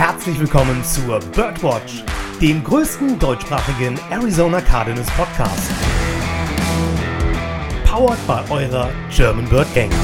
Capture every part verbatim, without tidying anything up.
herzlich willkommen zur Birdwatch, dem größten deutschsprachigen Arizona Cardinals Podcast. Powered by eurer German Bird Gang.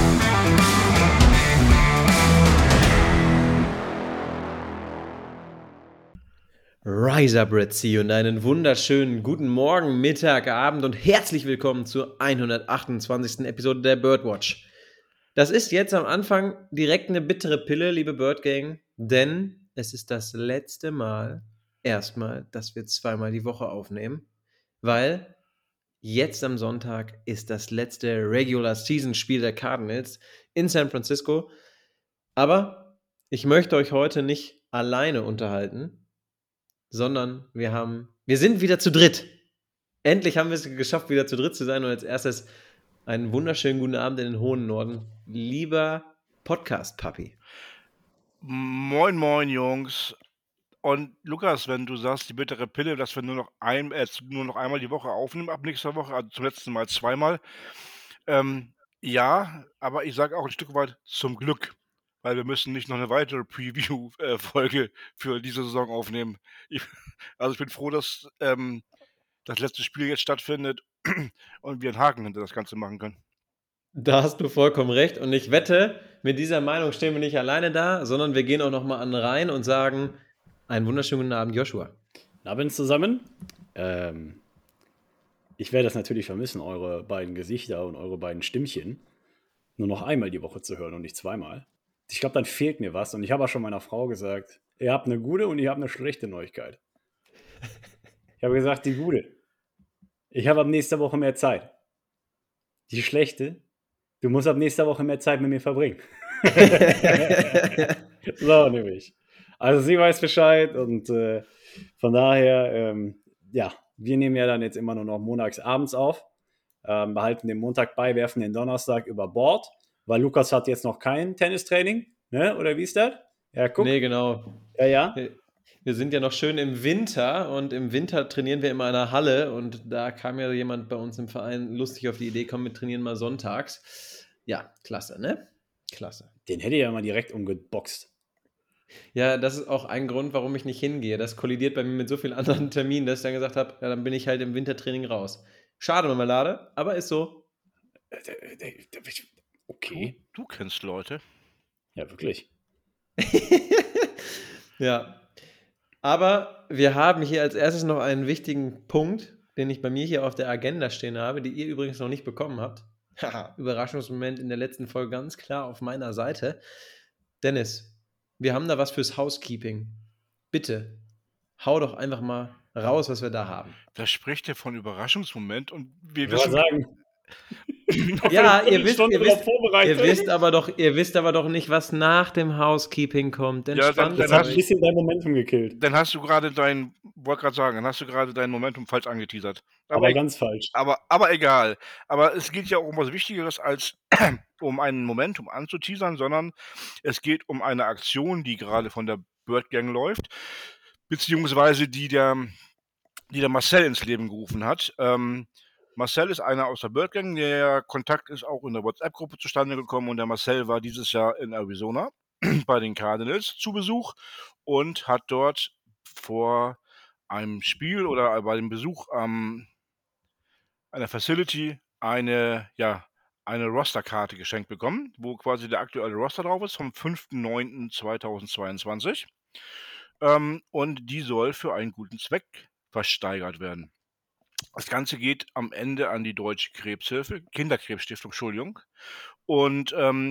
Rise up, Red Sea, und einen wunderschönen guten Morgen, Mittag, Abend und herzlich willkommen zur hundertachtundzwanzigsten Episode der Birdwatch. Das ist jetzt am Anfang direkt eine bittere Pille, liebe Bird Gang, denn es ist das letzte Mal erstmal, dass wir zweimal die Woche aufnehmen, weil jetzt am Sonntag ist das letzte Regular-Season-Spiel der Cardinals in San Francisco. Aber ich möchte euch heute nicht alleine unterhalten, sondern wir haben, wir sind wieder zu dritt. Endlich haben wir es geschafft, wieder zu dritt zu sein. Und als erstes einen wunderschönen guten Abend in den hohen Norden. Lieber Podcast-Papi. Moin, moin, Jungs. Und Lukas, wenn du sagst, die bittere Pille, dass wir nur noch, ein, äh, nur noch einmal die Woche aufnehmen, ab nächster Woche, also zum letzten Mal zweimal. Ähm, ja, aber ich sage auch ein Stück weit zum Glück, weil wir müssen nicht noch eine weitere Preview-Folge für diese Saison aufnehmen. Ich, also ich bin froh, dass ähm, das letzte Spiel jetzt stattfindet und wir einen Haken hinter das Ganze machen können. Da hast du vollkommen recht. Und ich wette, mit dieser Meinung stehen wir nicht alleine da, sondern wir gehen auch nochmal an rein und sagen, einen wunderschönen guten Abend, Joshua. Guten Abend zusammen. Ähm, ich werde das natürlich vermissen, eure beiden Gesichter und eure beiden Stimmchen nur noch einmal die Woche zu hören und nicht zweimal. Ich glaube, dann fehlt mir was. Und ich habe auch schon meiner Frau gesagt, ihr habt eine gute und ihr habt eine schlechte Neuigkeit. Ich habe gesagt, die gute. Ich habe ab nächster Woche mehr Zeit. Die schlechte, du musst ab nächster Woche mehr Zeit mit mir verbringen. So, nämlich. Also sie weiß Bescheid und äh, von daher, ähm, ja, wir nehmen ja dann jetzt immer nur noch montags abends auf, ähm, behalten den Montag bei, werfen den Donnerstag über Bord, weil Lukas hat jetzt noch kein Tennistraining, ne? Oder wie ist das? Ja, guck. Nee, genau. Ja, ja. Wir sind ja noch schön im Winter und im Winter trainieren wir immer in einer Halle und da kam ja jemand bei uns im Verein lustig auf die Idee, komm, wir trainieren mal sonntags. Ja, klasse, ne? Klasse. Den hätte ich ja mal direkt umgeboxt. Ja, das ist auch ein Grund, warum ich nicht hingehe. Das kollidiert bei mir mit so vielen anderen Terminen, dass ich dann gesagt habe, ja, dann bin ich halt im Wintertraining raus. Schade, Marmelade, aber ist so. Okay. Du, du kennst Leute. Ja, wirklich. Ja. Aber wir haben hier als erstes noch einen wichtigen Punkt, den ich bei mir hier auf der Agenda stehen habe, die ihr übrigens noch nicht bekommen habt. Haha, Überraschungsmoment in der letzten Folge ganz klar auf meiner Seite. Dennis, wir haben da was fürs Housekeeping. Bitte, hau doch einfach mal raus, was wir da haben. Da spricht er von Überraschungsmoment und wir Ich wissen... wollte sagen, Ja, ihr wisst, ihr, wisst, vorbereitet. ihr, wisst aber doch, ihr wisst aber doch nicht, was nach dem Housekeeping kommt. Ja, Entspannt dann- Das dann hat ein euch. bisschen dein Momentum gekillt. Dann hast du gerade dein, wollte gerade sagen, dann hast du gerade dein Momentum falsch angeteasert. Aber, Aber, ganz falsch. aber, aber egal. Aber es geht ja auch um was Wichtigeres als um ein Momentum anzuteasern, sondern es geht um eine Aktion, die gerade von der Bird Gang läuft, beziehungsweise die der, die der Marcel ins Leben gerufen hat. Ähm, Marcel ist einer aus der Bird Gang, der Kontakt ist auch in der WhatsApp-Gruppe zustande gekommen und der Marcel war dieses Jahr in Arizona bei den Cardinals zu Besuch und hat dort vor einem Spiel oder bei dem Besuch ähm, einer Facility eine, ja, eine Rosterkarte geschenkt bekommen, wo quasi der aktuelle Roster drauf ist, vom fünften neunten zweitausendzweiundzwanzig. Ähm, und die soll für einen guten Zweck versteigert werden. Das Ganze geht am Ende an die Deutsche Krebshilfe, Kinderkrebsstiftung, Entschuldigung. Und ähm,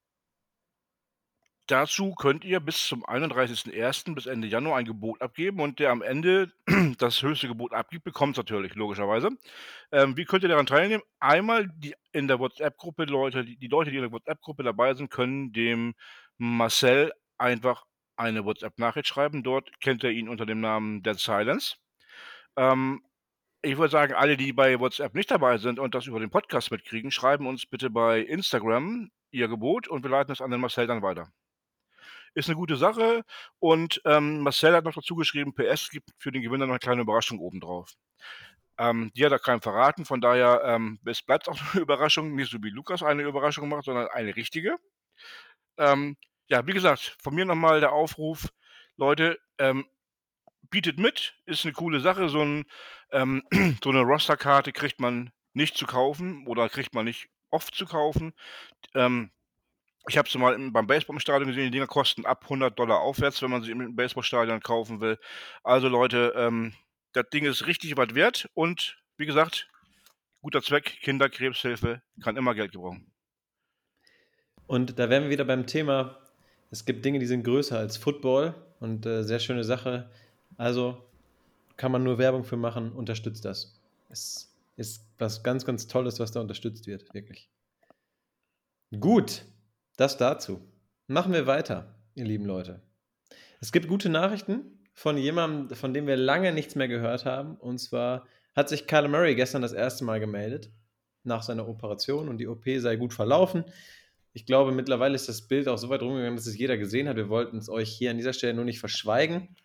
dazu könnt ihr bis zum einunddreißigsten ersten bis Ende Januar ein Gebot abgeben und der am Ende das höchste Gebot abgibt, bekommt es natürlich, logischerweise. Ähm, wie könnt ihr daran teilnehmen? Einmal die in der WhatsApp-Gruppe, Leute, die, die Leute, die in der WhatsApp-Gruppe dabei sind, können dem Marcel einfach eine WhatsApp-Nachricht schreiben. Dort kennt er ihn unter dem Namen Dead Silence. Ähm, ich würde sagen, alle, die bei WhatsApp nicht dabei sind und das über den Podcast mitkriegen, schreiben uns bitte bei Instagram ihr Gebot und wir leiten es an den Marcel dann weiter. Ist eine gute Sache und ähm, Marcel hat noch dazu geschrieben, P S gibt für den Gewinner noch eine kleine Überraschung obendrauf. Ähm, die hat er keinem verraten, von daher ähm, es bleibt auch eine Überraschung, nicht so wie Lukas eine Überraschung macht, sondern eine richtige. Ähm, ja, wie gesagt, von mir nochmal der Aufruf, Leute, ähm, bietet mit, ist eine coole Sache. So, ein, ähm, so eine Rosterkarte kriegt man nicht zu kaufen oder kriegt man nicht oft zu kaufen. Ähm, ich habe es mal im, beim Baseball im Stadion gesehen, die Dinger kosten ab hundert Dollar aufwärts, wenn man sie im Baseballstadion kaufen will. Also Leute, ähm, das Ding ist richtig was wert und wie gesagt, guter Zweck, Kinderkrebshilfe, kann immer Geld gebrauchen. Und da wären wir wieder beim Thema, es gibt Dinge, die sind größer als Football und äh, sehr schöne Sache. Also kann man nur Werbung für machen, unterstützt das. Es ist was ganz, ganz Tolles, was da unterstützt wird, wirklich. Gut, das dazu. Machen wir weiter, ihr lieben Leute. Es gibt gute Nachrichten von jemandem, von dem wir lange nichts mehr gehört haben. Und zwar hat sich Kyler Murray gestern das erste Mal gemeldet nach seiner Operation und die O P sei gut verlaufen. Ich glaube, mittlerweile ist das Bild auch so weit rumgegangen, dass es jeder gesehen hat. Wir wollten es euch hier an dieser Stelle nur nicht verschweigen.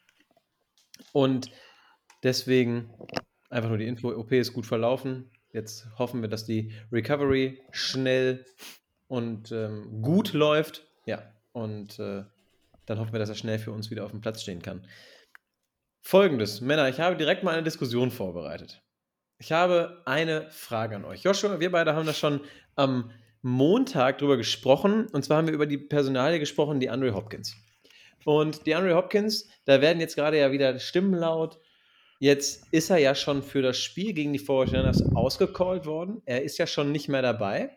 Und deswegen einfach nur die Info, O P ist gut verlaufen. Jetzt hoffen wir, dass die Recovery schnell und ähm, gut läuft. Ja, und äh, dann hoffen wir, dass er schnell für uns wieder auf dem Platz stehen kann. Folgendes, Männer, ich habe direkt mal eine Diskussion vorbereitet. Ich habe eine Frage an euch. Joshua, wir beide haben das schon am Montag drüber gesprochen. Und zwar haben wir über die Personalie gesprochen, die DeAndre Hopkins. Und DeAndre Hopkins, da werden jetzt gerade ja wieder Stimmen laut. Jetzt ist er ja schon für das Spiel gegen die forty-niners ausgecallt worden. Er ist ja schon nicht mehr dabei.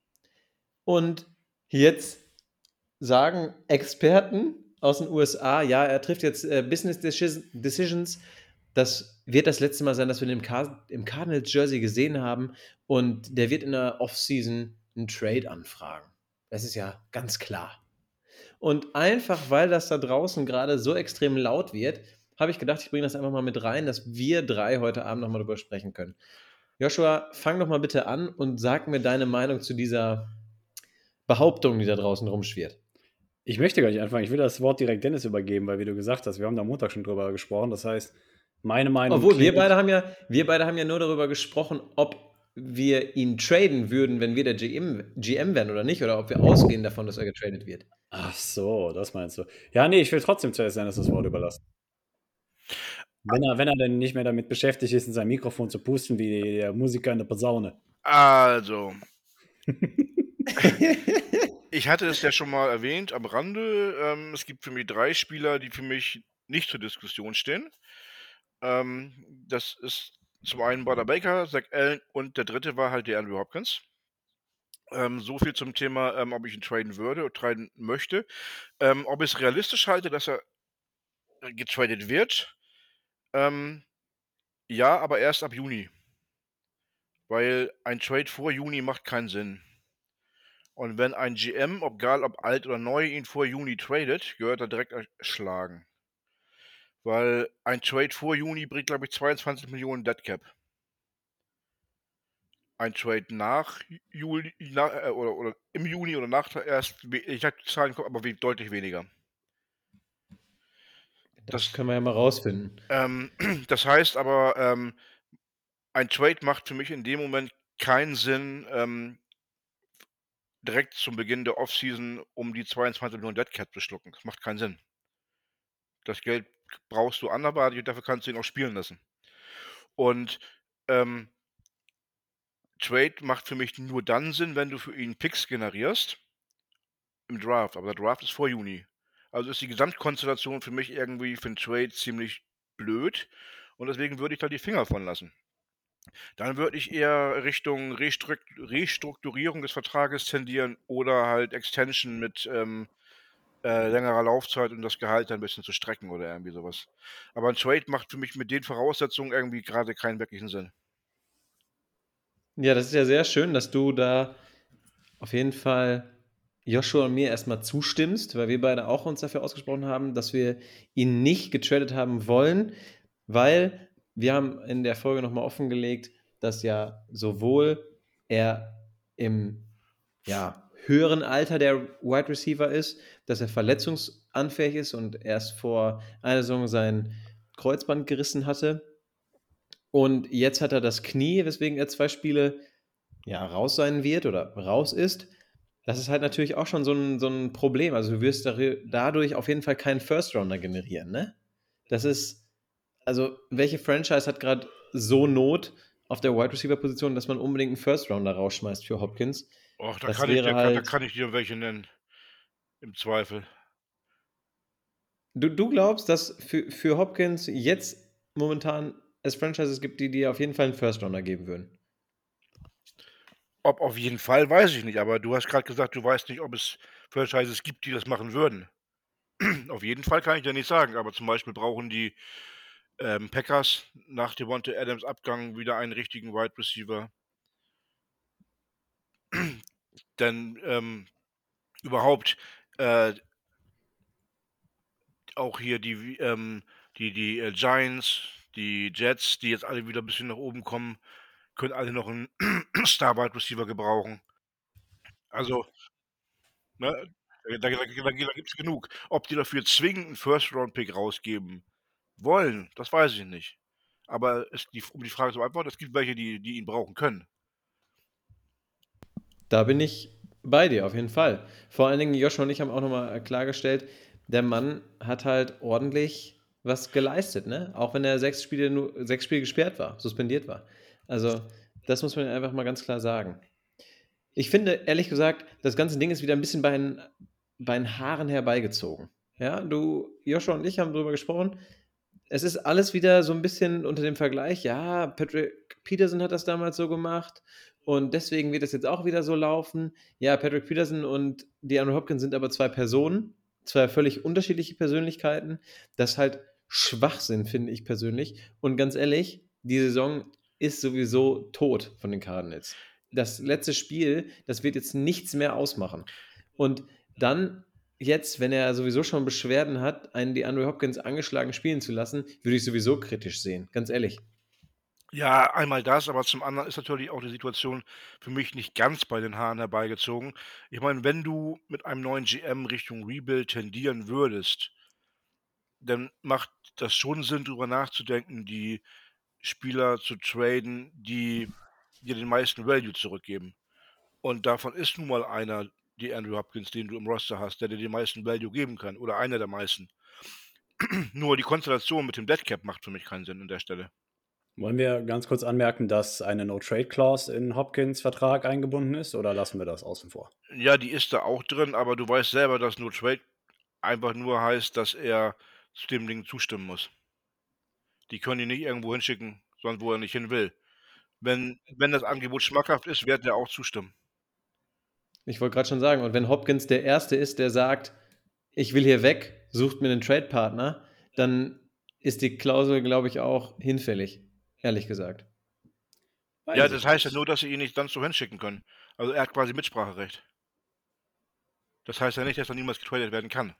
Und jetzt sagen Experten aus den U S A, ja, er trifft jetzt äh, Business Decisions. Das wird das letzte Mal sein, dass wir ihn im, Car- im Cardinals-Jersey gesehen haben. Und der wird in der Offseason einen Trade anfragen. Das ist ja ganz klar. Und einfach, weil das da draußen gerade so extrem laut wird, habe ich gedacht, ich bringe das einfach mal mit rein, dass wir drei heute Abend nochmal drüber sprechen können. Joshua, fang doch mal bitte an und sag mir deine Meinung zu dieser Behauptung, die da draußen rumschwirrt. Ich möchte gar nicht anfangen. Ich will das Wort direkt Dennis übergeben, weil wie du gesagt hast, wir haben da am Montag schon drüber gesprochen. Das heißt, meine Meinung. Obwohl, wir beide haben ja, wir beide haben ja nur darüber gesprochen, ob wir ihn traden würden, wenn wir der G M, G M wären oder nicht, oder ob wir ausgehen davon, dass er getradet wird. Ach so, das meinst du. Ja, nee, ich will trotzdem zuerst Dennis das Wort überlassen. Wenn er, wenn er denn nicht mehr damit beschäftigt ist, in sein Mikrofon zu pusten, wie der Musiker in der Posaune. Also. Ich hatte es ja schon mal erwähnt am Rande. Ähm, es gibt für mich drei Spieler, die für mich nicht zur Diskussion stehen. Ähm, das ist zum einen Buda Baker, Zach Allen und der dritte war halt der Andrew Hopkins. Ähm, so viel zum Thema, ähm, ob ich ihn traden würde oder traden möchte. Ähm, ob ich es realistisch halte, dass er getradet wird. Ähm, ja, aber erst ab Juni. Weil ein Trade vor Juni macht keinen Sinn. Und wenn ein G M, egal ob alt oder neu, ihn vor Juni tradet, gehört er direkt erschlagen. Weil ein Trade vor Juni bringt, glaube ich, zweiundzwanzig Millionen Deadcap. Ein Trade nach Juli, nach, äh, oder, oder im Juni oder nach erst, ich habe die Zahlen im Kopf, aber we- deutlich weniger. Das, das können wir ja mal rausfinden. Ähm, das heißt aber, ähm, ein Trade macht für mich in dem Moment keinen Sinn, ähm, direkt zum Beginn der Offseason um die zweiundzwanzig Millionen Deadcap zu schlucken. Das macht keinen Sinn. Das Geld brauchst du anderweitig und dafür kannst du ihn auch spielen lassen. Und ähm, Trade macht für mich nur dann Sinn, wenn du für ihn Picks generierst im Draft. Aber der Draft ist vor Juni. Also ist die Gesamtkonstellation für mich irgendwie für einen Trade ziemlich blöd. Und deswegen würde ich da die Finger von lassen. Dann würde ich eher Richtung Restrukturierung des Vertrages tendieren oder halt Extension mit ähm, äh, längerer Laufzeit und das Gehalt ein bisschen zu strecken oder irgendwie sowas. Aber ein Trade macht für mich mit den Voraussetzungen irgendwie gerade keinen wirklichen Sinn. Ja, das ist ja sehr schön, dass du da auf jeden Fall Joshua und mir erstmal zustimmst, weil wir beide auch uns dafür ausgesprochen haben, dass wir ihn nicht getradet haben wollen, weil wir haben in der Folge nochmal offengelegt, dass ja sowohl er im ja, höheren Alter der Wide Receiver ist, dass er verletzungsanfällig ist und erst vor einer Saison sein Kreuzband gerissen hatte. Und jetzt hat er das Knie, weswegen er zwei Spiele ja, raus sein wird oder raus ist. das ist halt natürlich auch schon so ein, so ein Problem. Also du wirst dadurch auf jeden Fall keinen First-Rounder generieren, ne? Das ist, also welche Franchise hat gerade so Not auf der Wide-Receiver-Position, dass man unbedingt einen First-Rounder rausschmeißt für Hopkins? Och, da das kann, ich, wäre da, halt, da kann ich dir welche nennen. Im Zweifel. Du, du glaubst, dass für, für Hopkins jetzt momentan es Franchises gibt, die dir auf jeden Fall einen First-Rounder geben würden? Ob auf jeden Fall, weiß ich nicht. Aber du hast gerade gesagt, du weißt nicht, ob es Franchises gibt, die das machen würden. Auf jeden Fall kann ich dir nicht sagen. Aber zum Beispiel brauchen die ähm, Packers nach Devontae Adams Abgang wieder einen richtigen Wide Receiver. Denn ähm, überhaupt äh, auch hier die, ähm, die, die äh, Giants, die Jets, die jetzt alle wieder ein bisschen nach oben kommen, können alle noch einen Star-Wide Receiver gebrauchen. Also, ne, da, da, da, da gibt es genug. Ob die dafür zwingend einen First-Round-Pick rausgeben wollen, das weiß ich nicht. Aber es, die, um die Frage zu beantworten, es gibt welche, die, die ihn brauchen können. Da bin ich bei dir, auf jeden Fall. Vor allen Dingen, Joshua und ich haben auch nochmal klargestellt, der Mann hat halt ordentlich was geleistet, ne? Auch wenn er sechs Spiele, nur, sechs Spiele gesperrt war, suspendiert war. Also, das muss man einfach mal ganz klar sagen. Ich finde, ehrlich gesagt, das ganze Ding ist wieder ein bisschen bei den, bei den Haaren herbeigezogen. Ja, du, Joshua und ich haben darüber gesprochen. Es ist alles wieder so ein bisschen unter dem Vergleich, ja, Patrick Peterson hat das damals so gemacht und deswegen wird das jetzt auch wieder so laufen. Ja, Patrick Peterson und DeAndre Hopkins sind aber zwei Personen, zwei völlig unterschiedliche Persönlichkeiten. Das ist halt Schwachsinn, finde ich persönlich. Und ganz ehrlich, die Saison ist sowieso tot von den Cardinals. Das letzte Spiel, das wird jetzt nichts mehr ausmachen. Und dann jetzt, wenn er sowieso schon Beschwerden hat, einen DeAndre Hopkins angeschlagen spielen zu lassen, würde ich sowieso kritisch sehen, ganz ehrlich. Ja, einmal das, aber zum anderen ist natürlich auch die Situation für mich nicht ganz bei den Haaren herbeigezogen. Ich meine, wenn du mit einem neuen G M Richtung Rebuild tendieren würdest, dann macht das schon Sinn, darüber nachzudenken, die Spieler zu traden, die dir den meisten Value zurückgeben. Und davon ist nun mal einer, DeAndre Hopkins, den du im Roster hast, der dir den meisten Value geben kann. Oder einer der meisten. Nur die Konstellation mit dem Deadcap macht für mich keinen Sinn an der Stelle. Wollen wir ganz kurz anmerken, dass eine No-Trade-Clause in Hopkins Vertrag eingebunden ist, oder lassen wir das außen vor? Ja, die ist da auch drin, aber du weißt selber, dass No Trade einfach nur heißt, dass er zu dem Ding zustimmen muss. Die können ihn nicht irgendwo hinschicken, sondern wo er nicht hin will. Wenn, wenn das Angebot schmackhaft ist, wird er auch zustimmen. Ich wollte gerade schon sagen, und wenn Hopkins der Erste ist, der sagt, ich will hier weg, sucht mir einen Trade-Partner, dann ist die Klausel, glaube ich, auch hinfällig, ehrlich gesagt. Weiß ja, das heißt ja nur, dass sie ihn nicht dann so hinschicken können. Also er hat quasi Mitspracherecht. Das heißt ja nicht, dass er niemals getradet werden kann.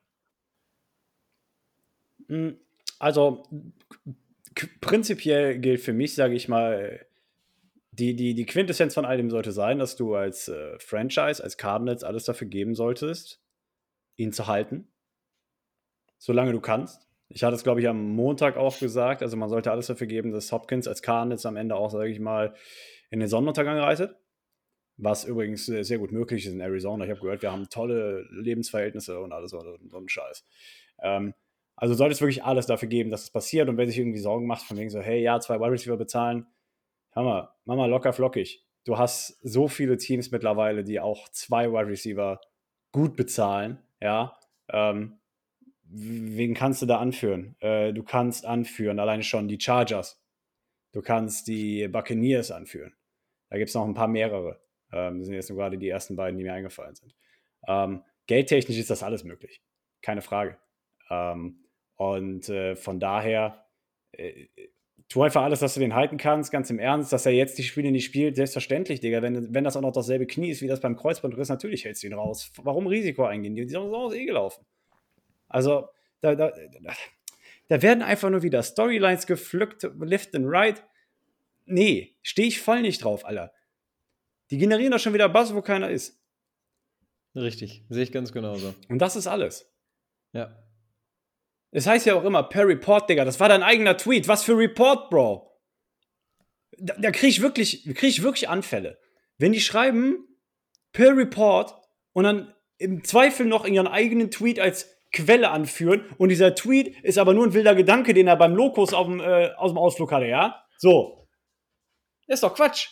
Also k- prinzipiell gilt für mich, sage ich mal, die, die, die Quintessenz von all dem sollte sein, dass du als äh, Franchise, als Cardinals alles dafür geben solltest, ihn zu halten, solange du kannst. Ich hatte es, glaube ich, am Montag auch gesagt, also man sollte alles dafür geben, dass Hopkins als Cardinals am Ende auch, sage ich mal, in den Sonnenuntergang reitet. Was übrigens sehr gut möglich ist in Arizona. Ich habe gehört, wir haben tolle Lebensverhältnisse und alles so, so ein Scheiß. Ähm, also sollte es wirklich alles dafür geben, dass es passiert. Und wer sich irgendwie Sorgen macht, von wegen so, hey, ja, zwei Wide Receiver bezahlen, hör mal, mach mal locker flockig. Du hast so viele Teams mittlerweile, die auch zwei Wide Receiver gut bezahlen, ja. Ähm, wen kannst du da anführen? Äh, du kannst anführen, alleine schon die Chargers. Du kannst die Buccaneers anführen. Da gibt es noch ein paar mehrere. Ähm, das sind jetzt nur gerade die ersten beiden, die mir eingefallen sind. Ähm, geldtechnisch ist das alles möglich. Keine Frage. Ähm, und äh, von daher äh, tu einfach alles, dass du den halten kannst, ganz im Ernst, dass er jetzt die Spiele nicht spielt, selbstverständlich, Digga. Wenn, wenn das auch noch dasselbe Knie ist, wie das beim Kreuzbandriss, natürlich hältst du ihn raus. Warum Risiko eingehen? Die Saison ist eh gelaufen. Also, da, da, da werden einfach nur wieder Storylines gepflückt, left and right. Nee, stehe ich voll nicht drauf, Alter. Die generieren doch schon wieder Buzz, wo keiner ist. Richtig, sehe ich ganz genauso. Und das ist alles. Ja. Es heißt ja auch immer, per Report, Digga, das war dein eigener Tweet. Was für Report, Bro? Da, da kriege ich, wirklich, krieg ich wirklich Anfälle. Wenn die schreiben, per Report und dann im Zweifel noch in ihren eigenen Tweet als Quelle anführen und dieser Tweet ist aber nur ein wilder Gedanke, den er beim Lokus auf dem, äh, aus dem Ausflug hatte, ja? So. Das ist doch Quatsch.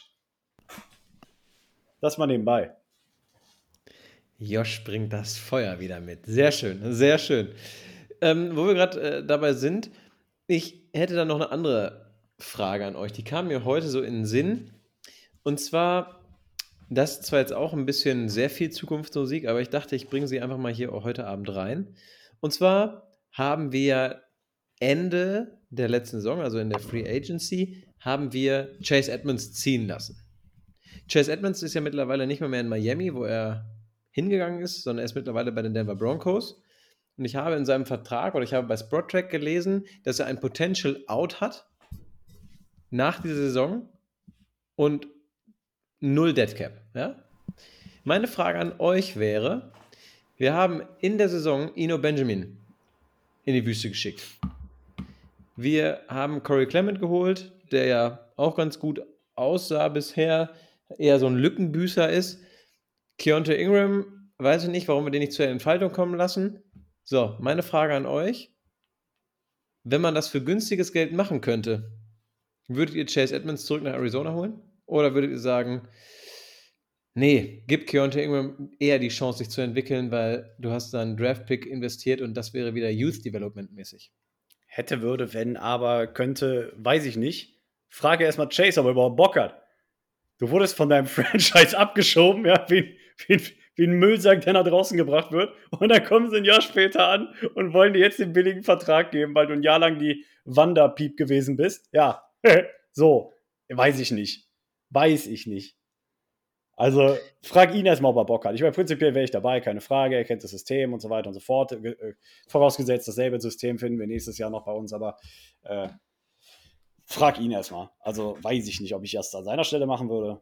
Das mal nebenbei. Josh bringt das Feuer wieder mit. Sehr schön, sehr schön. Ähm, wo wir gerade äh, dabei sind, ich hätte dann noch eine andere Frage an euch. Die kam mir heute so in den Sinn. Und zwar, das ist zwar jetzt auch ein bisschen sehr viel Zukunftsmusik, aber ich dachte, ich bringe sie einfach mal hier auch heute Abend rein. Und zwar haben wir Ende der letzten Saison, also in der Free Agency, haben wir Chase Edmonds ziehen lassen. Chase Edmonds ist ja mittlerweile nicht mehr, mehr in Miami, wo er hingegangen ist, sondern er ist mittlerweile bei den Denver Broncos. Und ich habe in seinem Vertrag, oder ich habe bei Spotrac gelesen, dass er ein Potential Out hat nach dieser Saison und null Dead Cap. Ja? Meine Frage an euch wäre, wir haben in der Saison Eno Benjamin in die Wüste geschickt. Wir haben Corey Clement geholt, der ja auch ganz gut aussah bisher, eher so ein Lückenbüßer ist. Keontae Ingram, weiß ich nicht, warum wir den nicht zur Entfaltung kommen lassen. So, meine Frage an euch. Wenn man das für günstiges Geld machen könnte, würdet ihr Chase Edmonds zurück nach Arizona holen? Oder würdet ihr sagen, nee, gib Keontae Ingram eher die Chance, sich zu entwickeln, weil du hast da einen Draft-Pick investiert und das wäre wieder Youth-Development-mäßig? Hätte, würde, wenn, aber, könnte, weiß ich nicht. Frage erstmal Chase, ob er überhaupt Bock hat. Du wurdest von deinem Franchise abgeschoben, ja, wie, wie, wie ein Müllsack, der nach draußen gebracht wird. Und dann kommen sie ein Jahr später an und wollen dir jetzt den billigen Vertrag geben, weil du ein Jahr lang die Wanderpiep gewesen bist. Ja, so, weiß ich nicht. Weiß ich nicht. Also, frag ihn erstmal, ob er Bock hat. Ich meine, prinzipiell wäre ich dabei, keine Frage. Er kennt das System und so weiter und so fort. Äh, vorausgesetzt, dasselbe System finden wir nächstes Jahr noch bei uns, aber äh, frag ihn erstmal. Also, weiß ich nicht, ob ich das an seiner Stelle machen würde.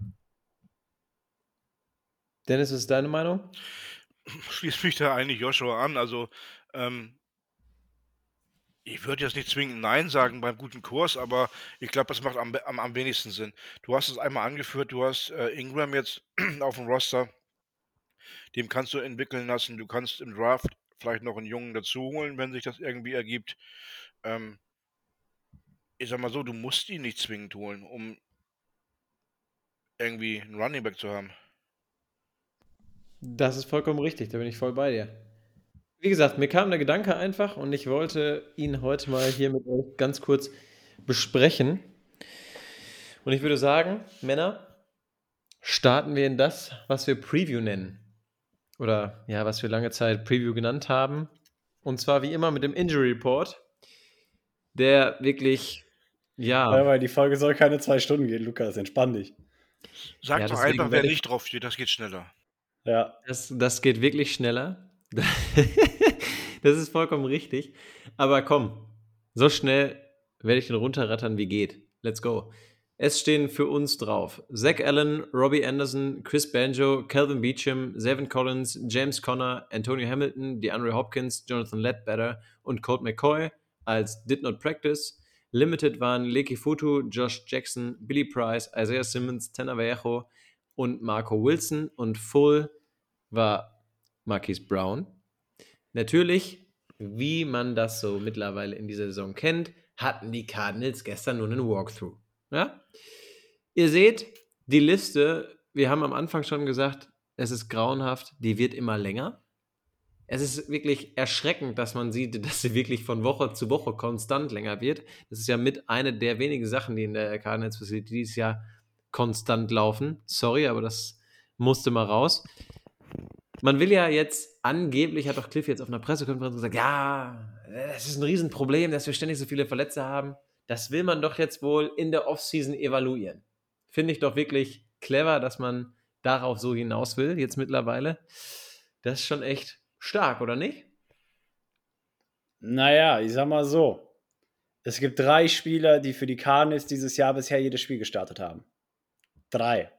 Dennis, was ist deine Meinung? Schließt mich da eigentlich Joshua an. Also, ähm, ich würde jetzt nicht zwingend Nein sagen beim guten Kurs, aber ich glaube, das macht am, am, am wenigsten Sinn. Du hast es einmal angeführt, du hast äh, Ingram jetzt auf dem Roster, dem kannst du entwickeln lassen, du kannst im Draft vielleicht noch einen Jungen dazu holen, wenn sich das irgendwie ergibt. Ähm, ich sag mal so, du musst ihn nicht zwingend holen, um irgendwie einen Running Back zu haben. Das ist vollkommen richtig, da bin ich voll bei dir. Wie gesagt, mir kam der Gedanke einfach und ich wollte ihn heute mal hier mit euch ganz kurz besprechen. Und ich würde sagen, Männer, starten wir in das, was wir Preview nennen. Oder ja, was wir lange Zeit Preview genannt haben. Und zwar wie immer mit dem Injury Report, der wirklich, ja. Ja, weil die Folge soll keine zwei Stunden gehen, Lukas, entspann dich. Sag Ja, doch deswegen einfach, wer werde ich- nicht draufsteht, das geht schneller. Ja. Das, das geht wirklich schneller. Das ist vollkommen richtig. Aber komm, so schnell werde ich den runterrattern, wie geht. Let's go. Es stehen für uns drauf Zach Allen, Robbie Anderson, Chris Banjo, Calvin Beachum, Zevin Collins, James Conner, Antonio Hamilton, DeAndre Hopkins, Jonathan Ledbetter und Colt McCoy als Did Not Practice. Limited waren Leki Futu, Josh Jackson, Billy Price, Isaiah Simmons, Tanner Vallejo und Marco Wilson. Und Full war Marquise Brown. Natürlich, wie man das so mittlerweile in dieser Saison kennt, hatten die Cardinals gestern nur einen Walkthrough. Ja? Ihr seht, die Liste, wir haben am Anfang schon gesagt, es ist grauenhaft, die wird immer länger. Es ist wirklich erschreckend, dass man sieht, dass sie wirklich von Woche zu Woche konstant länger wird. Das ist ja mit eine der wenigen Sachen, die in der Cardinals Facility dieses Jahr konstant laufen. Sorry, aber das musste mal raus. Man will ja jetzt, angeblich hat doch Cliff jetzt auf einer Pressekonferenz gesagt, ja, es ist ein Riesenproblem, dass wir ständig so viele Verletzte haben. Das will man doch jetzt wohl in der Offseason evaluieren. Finde ich doch wirklich clever, dass man darauf so hinaus will, jetzt mittlerweile. Das ist schon echt stark, oder nicht? Naja, ich sag mal so. Es gibt drei Spieler, die für die Cardinals dieses Jahr bisher jedes Spiel gestartet haben. Drei.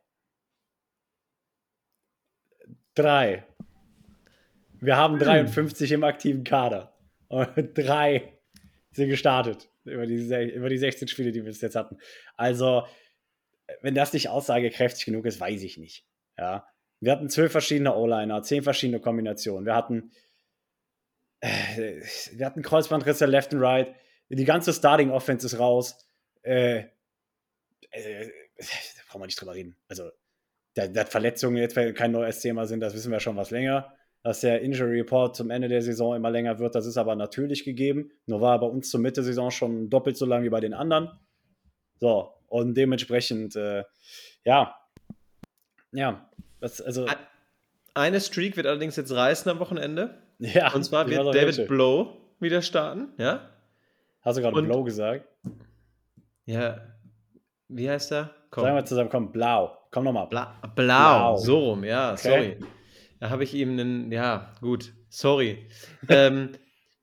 Drei. Wir haben dreiundfünfzig im aktiven Kader. Und drei sind gestartet über die, über die sechzehn Spiele, die wir bis jetzt hatten. Also, wenn das nicht aussagekräftig genug ist, weiß ich nicht. Ja. Wir hatten zwölf verschiedene O-Liner, zehn verschiedene Kombinationen. Wir hatten, äh, wir hatten Kreuzbandrisse left and right. Die ganze Starting Offense ist raus. Äh, äh, da brauchen wir nicht drüber reden. Also, dass Verletzungen jetzt kein neues Thema sind, das wissen wir schon was länger. Dass der Injury Report zum Ende der Saison immer länger wird, das ist aber natürlich gegeben. Nur war er bei uns zur Mitte der Saison schon doppelt so lang wie bei den anderen. So, und dementsprechend, äh, ja, ja, das, also. Eine Streak wird allerdings jetzt reißen am Wochenende. Ja. Und zwar wird David welche. Blow wieder starten, ja. Hast du gerade und, Blow gesagt? Ja, wie heißt er? Komm. Sagen wir zusammen, komm, Blau. Komm nochmal. Bla- Blau. Blau, so rum, ja, okay. Sorry. Da habe ich ihm einen, ja, gut, sorry. ähm,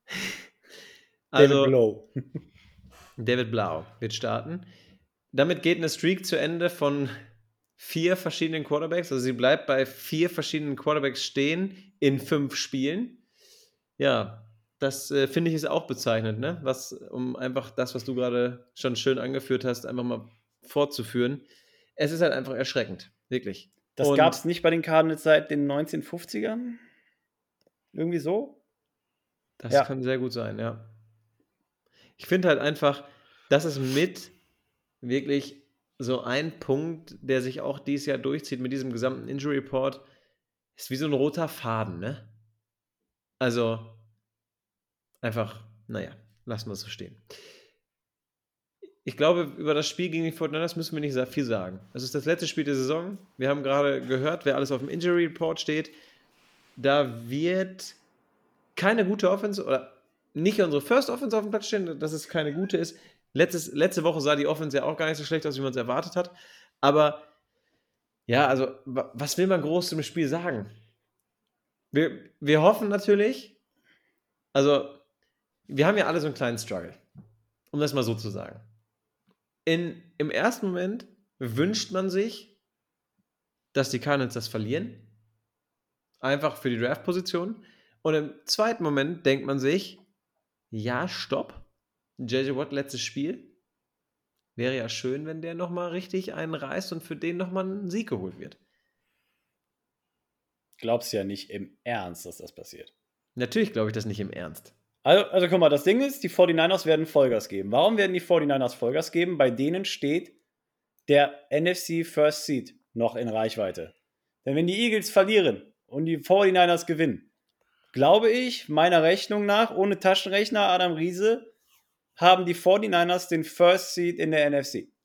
also, David Blow. David Blau wird starten. Damit geht eine Streak zu Ende von vier verschiedenen Quarterbacks. Also sie bleibt bei vier verschiedenen Quarterbacks stehen in fünf Spielen. Ja, das äh, finde ich ist auch bezeichnend, ne? Was, um einfach das, was du gerade schon schön angeführt hast, einfach mal fortzuführen. Es ist halt einfach erschreckend, wirklich. Das gab es nicht bei den Cardinals seit den neunzehnhundertfünfzigern? Irgendwie so? Das ja. kann sehr gut sein, ja. Ich finde halt einfach, das ist mit wirklich so ein Punkt, der sich auch dieses Jahr durchzieht mit diesem gesamten Injury Report, ist wie so ein roter Faden, ne? Also, einfach, naja, lassen wir es so stehen. Ich glaube, über das Spiel gegen die forty-niners müssen wir nicht viel sagen. Es ist das letzte Spiel der Saison. Wir haben gerade gehört, wer alles auf dem Injury Report steht. Da wird keine gute Offense oder nicht unsere First Offense auf dem Platz stehen, dass es keine gute ist. Letztes, letzte Woche sah die Offense ja auch gar nicht so schlecht aus, wie man es erwartet hat. Aber ja, also was will man groß zum Spiel sagen? Wir, wir hoffen natürlich, also wir haben ja alle so einen kleinen Struggle, um das mal so zu sagen. In, Im ersten Moment wünscht man sich, dass die Cardinals das verlieren. Einfach für die Draft-Position. Und im zweiten Moment denkt man sich, ja, stopp. J J Watt, letztes Spiel. Wäre ja schön, wenn der nochmal richtig einen reißt und für den nochmal ein Sieg geholt wird. Glaubst du ja nicht im Ernst, dass das passiert. Natürlich glaube ich das nicht im Ernst. Also, also guck mal, das Ding ist, die forty-niners werden Vollgas geben. Warum werden die forty-niners Vollgas geben? Bei denen steht der N F C First Seed noch in Reichweite. Denn wenn die Eagles verlieren und die forty-niners gewinnen, glaube ich, meiner Rechnung nach, ohne Taschenrechner, Adam Riese, haben die forty-niners den First Seed in der N F C.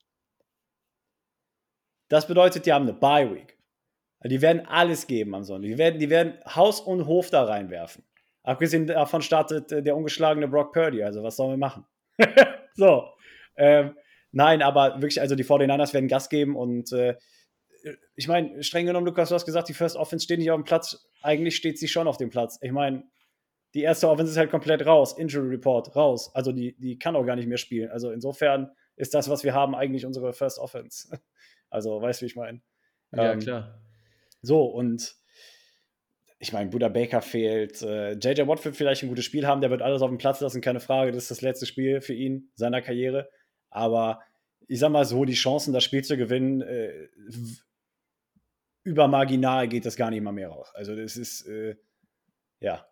Das bedeutet, die haben eine Bye Week. Die werden alles geben am Sonntag. Die werden, die werden Haus und Hof da reinwerfen. Abgesehen davon startet äh, der ungeschlagene Brock Purdy. Also was sollen wir machen? so. Ähm, nein, aber wirklich, also die forty-niners werden Gas geben und äh, ich meine, streng genommen, Lukas, du hast gesagt, die First Offense steht nicht auf dem Platz. Eigentlich steht sie schon auf dem Platz. Ich meine, die erste Offense ist halt komplett raus. Injury Report raus. Also die, die kann auch gar nicht mehr spielen. Also insofern ist das, was wir haben, eigentlich unsere First Offense. Also, weißt du, wie ich meine? Ja, ähm, klar. So, und ich meine, Buda Baker fehlt. Äh, J J Watt wird vielleicht ein gutes Spiel haben. Der wird alles auf dem Platz lassen, keine Frage. Das ist das letzte Spiel für ihn, seiner Karriere. Aber ich sag mal so, die Chancen, das Spiel zu gewinnen, äh, übermarginal geht das gar nicht mal mehr raus. Also das ist, äh, ja.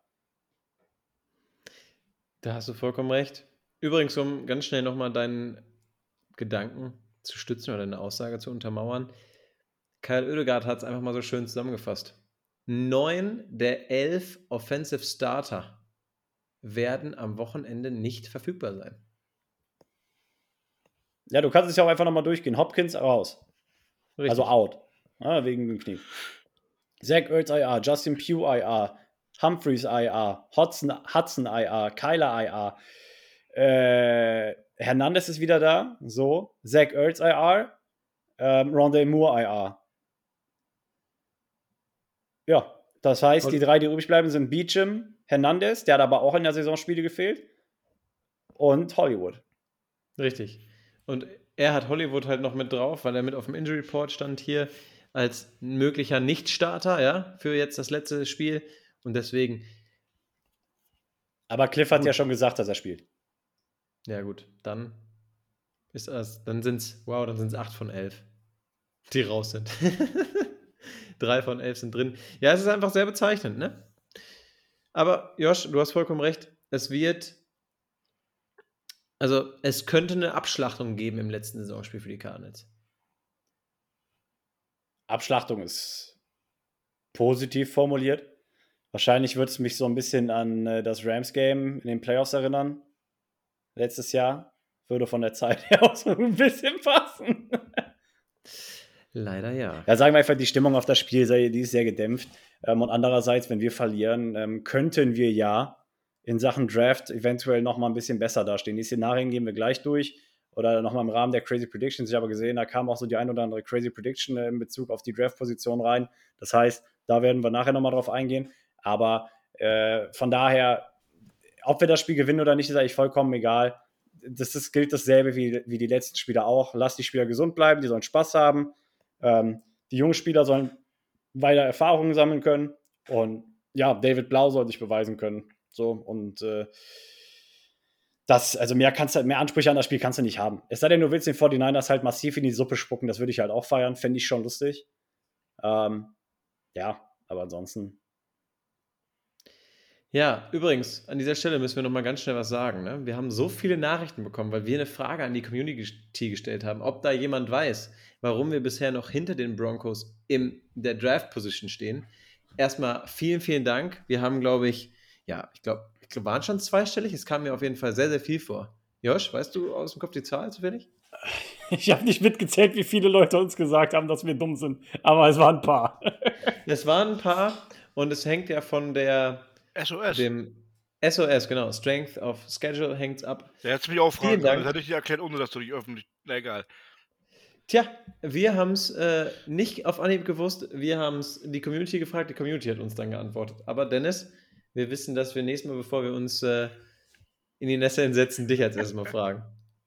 Da hast du vollkommen recht. Übrigens, um ganz schnell nochmal deinen Gedanken zu stützen oder deine Aussage zu untermauern, Kyle Oedegaard hat es einfach mal so schön zusammengefasst. Neun der elf Offensive Starter werden am Wochenende nicht verfügbar sein. Ja, du kannst es ja auch einfach nochmal durchgehen. Hopkins raus. Richtig. Also out. Ja, wegen dem Knie. Zach Ertz I R, Justin Pugh I R, Humphreys I R, Hudson, Hudson I R, Kyler I R, äh, Hernandez ist wieder da. So. Zach Ertz I R, ähm, Rondale Moore I R. Ja, das heißt, und die drei, die übrig bleiben, sind Beachum, Hernandez, der hat aber auch in der Saison Spiele gefehlt, und Hollywood. Richtig. Und er hat Hollywood halt noch mit drauf, weil er mit auf dem Injury Report stand hier als möglicher Nicht-Starter, ja, für jetzt das letzte Spiel. Und deswegen. Aber Cliff hat gut. ja schon gesagt, dass er spielt. Ja, gut. Dann ist es, dann sind es, wow, dann sind es acht von elf, die raus sind. Drei von elf sind drin. Ja, es ist einfach sehr bezeichnend, ne? Aber Josh, du hast vollkommen recht. Es wird, also es könnte eine Abschlachtung geben im letzten Saisonspiel für die Cardinals. Abschlachtung ist positiv formuliert. Wahrscheinlich wird es mich so ein bisschen an äh, das Rams-Game in den Playoffs erinnern. Letztes Jahr. Würde von der Zeit her auch so ein bisschen passen. Leider ja. Ja, sagen wir einfach, die Stimmung auf das Spiel, die ist sehr gedämpft. Ähm, und andererseits, wenn wir verlieren, ähm, könnten wir ja in Sachen Draft eventuell noch mal ein bisschen besser dastehen. Die Szenarien gehen wir gleich durch oder noch mal im Rahmen der Crazy Predictions. Ich habe gesehen, da kam auch so die ein oder andere Crazy Prediction äh, in Bezug auf die Draft-Position rein. Das heißt, da werden wir nachher noch mal drauf eingehen. Aber äh, von daher, ob wir das Spiel gewinnen oder nicht, ist eigentlich vollkommen egal. Das ist, gilt dasselbe wie, wie die letzten Spieler auch. Lass die Spieler gesund bleiben, die sollen Spaß haben. Ähm, die jungen Spieler sollen weiter Erfahrungen sammeln können. Und ja, David Blau soll sich beweisen können. So, und äh, das, also mehr, kannst du, mehr Ansprüche an das Spiel kannst du nicht haben. Es sei denn, du willst den forty-niners halt massiv in die Suppe spucken, das würde ich halt auch feiern, fände ich schon lustig. Ähm, ja, aber ansonsten. Ja, übrigens, an dieser Stelle müssen wir noch mal ganz schnell was sagen. Ne? Wir haben so viele Nachrichten bekommen, weil wir eine Frage an die Community gestellt haben, ob da jemand weiß, warum wir bisher noch hinter den Broncos in der Draft-Position stehen. Erstmal vielen, vielen Dank. Wir haben, glaube ich, ja, ich glaube, ich glaub, waren schon zweistellig. Es kam mir auf jeden Fall sehr, sehr viel vor. Josh, weißt du aus dem Kopf die Zahl zufällig? Ich habe nicht mitgezählt, wie viele Leute uns gesagt haben, dass wir dumm sind, aber es waren ein paar. Es waren ein paar und es hängt ja von der S O S. dem S O S, genau, Strength of Schedule hängt's ab. Der hätte mich auch fragen Vielen können. Dank. Das hätte ich dir erklärt, ohne dass du dich öffentlich. Na egal. Tja, wir haben es äh, nicht auf Anhieb gewusst. Wir haben es die Community gefragt. Die Community hat uns dann geantwortet. Aber Dennis, wir wissen, dass wir nächstes Mal, bevor wir uns äh, in die Nesseln setzen, dich als erstes Mal fragen.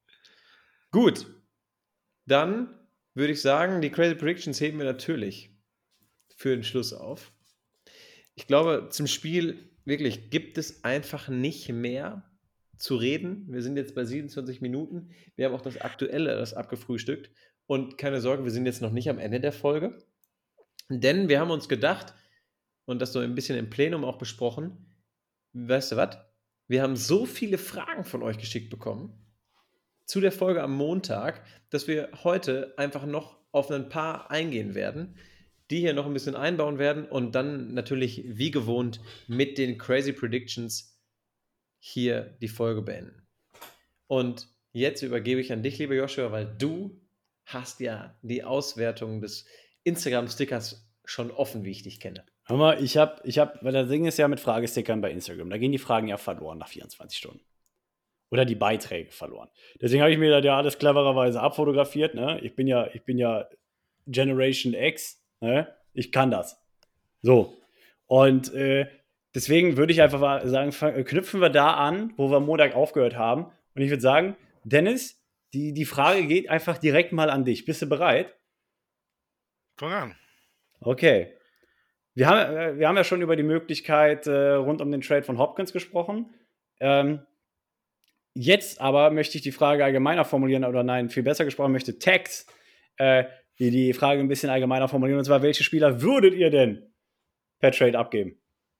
Gut, dann würde ich sagen, die Crazy Predictions heben wir natürlich für den Schluss auf. Ich glaube, zum Spiel wirklich gibt es einfach nicht mehr zu reden. Wir sind jetzt bei siebenundzwanzig Minuten. Wir haben auch das Aktuelle, das abgefrühstückt. Und keine Sorge, wir sind jetzt noch nicht am Ende der Folge. Denn wir haben uns gedacht, und das so ein bisschen im Plenum auch besprochen, weißt du was? Wir haben so viele Fragen von euch geschickt bekommen zu der Folge am Montag, dass wir heute einfach noch auf ein paar eingehen werden, die hier noch ein bisschen einbauen werden und dann natürlich wie gewohnt mit den Crazy Predictions hier die Folge beenden. Und jetzt übergebe ich an dich, lieber Joshua, weil du hast ja die Auswertung des Instagram-Stickers schon offen, wie ich dich kenne. Hör mal, ich habe, ich hab, weil das Ding ist ja mit Fragestickern bei Instagram, da gehen die Fragen ja verloren nach vierundzwanzig Stunden. Oder die Beiträge verloren. Deswegen habe ich mir das ja alles clevererweise abfotografiert. Ne? Ich bin ja, ich bin ja Generation X. Ne? Ich kann das. So. Und äh, deswegen würde ich einfach sagen, knüpfen wir da an, wo wir am Montag aufgehört haben. Und ich würde sagen, Dennis, die, die Frage geht einfach direkt mal an dich. Bist du bereit? Fang an. Okay. Wir haben, wir haben ja schon über die Möglichkeit äh, rund um den Trade von Hopkins gesprochen. Ähm, jetzt aber möchte ich die Frage allgemeiner formulieren, oder nein, viel besser gesprochen, möchte Tex äh, die, die Frage ein bisschen allgemeiner formulieren. Und zwar, welche Spieler würdet ihr denn per Trade abgeben?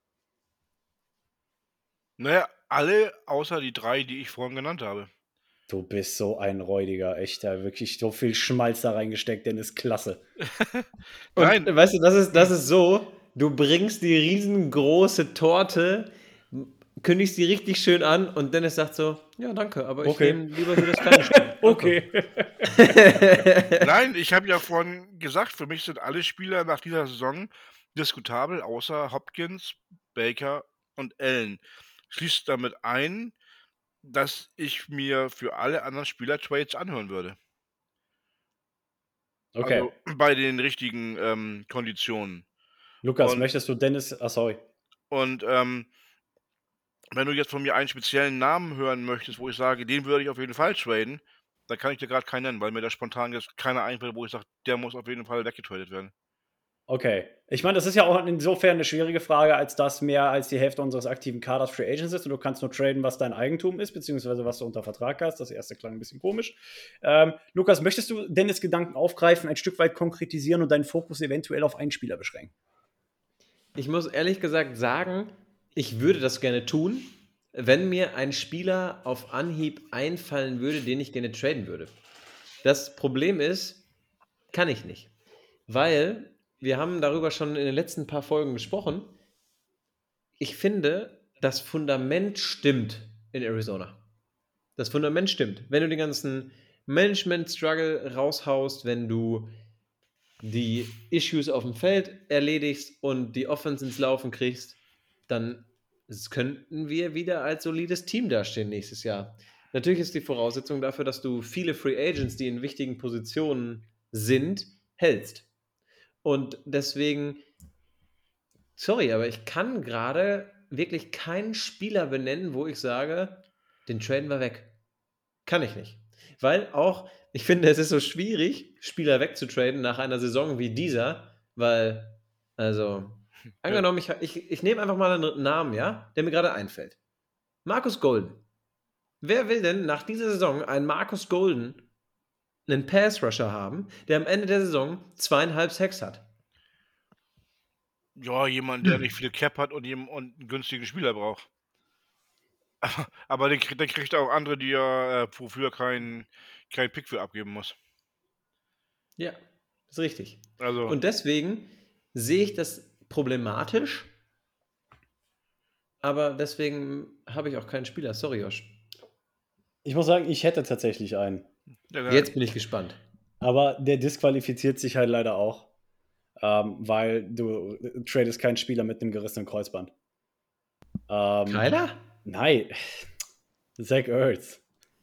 Naja, alle außer die drei, die ich vorhin genannt habe. Du bist so ein räudiger, echter, wirklich so viel Schmalz da reingesteckt, denn ist klasse. Nein. Und weißt du, das ist, das ist so, du bringst die riesengroße Torte, kündigst die richtig schön an und Dennis sagt so, ja, danke, aber ich Okay. nehme lieber hier das kleine Stück. Okay. Nein, ich habe ja vorhin gesagt, für mich sind alle Spieler nach dieser Saison diskutabel, außer Hopkins, Baker und Allen. Schließt damit ein, dass ich mir für alle anderen Spieler Trades anhören würde. Okay. Also bei den richtigen ähm, Konditionen. Lukas, Und- möchtest du Dennis, ah, sorry. Und ähm, wenn du jetzt von mir einen speziellen Namen hören möchtest, wo ich sage, den würde ich auf jeden Fall traden, dann kann ich dir gerade keinen nennen, weil mir da spontan jetzt keiner einfällt, wo ich sage, der muss auf jeden Fall weggetradet werden. Okay. Ich meine, das ist ja auch insofern eine schwierige Frage, als dass mehr als die Hälfte unseres aktiven Kaders Free Agents ist und du kannst nur traden, was dein Eigentum ist, beziehungsweise was du unter Vertrag hast. Das erste klang ein bisschen komisch. Ähm, Lukas, möchtest du Dennis' Gedanken aufgreifen, ein Stück weit konkretisieren und deinen Fokus eventuell auf einen Spieler beschränken? Ich muss ehrlich gesagt sagen, ich würde das gerne tun, wenn mir ein Spieler auf Anhieb einfallen würde, den ich gerne traden würde. Das Problem ist, kann ich nicht. Weil wir haben darüber schon in den letzten paar Folgen gesprochen. Ich finde, das Fundament stimmt in Arizona. Das Fundament stimmt. Wenn du den ganzen Management-Struggle raushaust, wenn du die Issues auf dem Feld erledigst und die Offense ins Laufen kriegst, dann könnten wir wieder als solides Team dastehen nächstes Jahr. Natürlich ist die Voraussetzung dafür, dass du viele Free Agents, die in wichtigen Positionen sind, hältst. Und deswegen, sorry, aber ich kann gerade wirklich keinen Spieler benennen, wo ich sage, den traden wir weg. Kann ich nicht. Weil auch, ich finde, es ist so schwierig, Spieler wegzutraden nach einer Saison wie dieser, weil, also, angenommen, ich, ich, ich nehme einfach mal einen Namen, ja, der mir gerade einfällt. Marcus Golden. Wer will denn nach dieser Saison einen Marcus Golden, einen Pass-Rusher haben, der am Ende der Saison zweieinhalb Sacks hat? Ja, jemand, der nicht viel Cap hat und, und einen günstigen Spieler braucht. Aber den, den kriegt auch andere, die er, wofür kein, kein Pick für abgeben muss. Ja, ist richtig. Also, und deswegen sehe ich das problematisch, aber deswegen habe ich auch keinen Spieler. Sorry, Josh. Ich muss sagen, ich hätte tatsächlich einen. Jetzt bin ich gespannt. Aber der disqualifiziert sich halt leider auch, ähm, weil du tradest keinen Spieler mit einem gerissenen Kreuzband. Ähm, Kyler? Nein. Zach Ertz.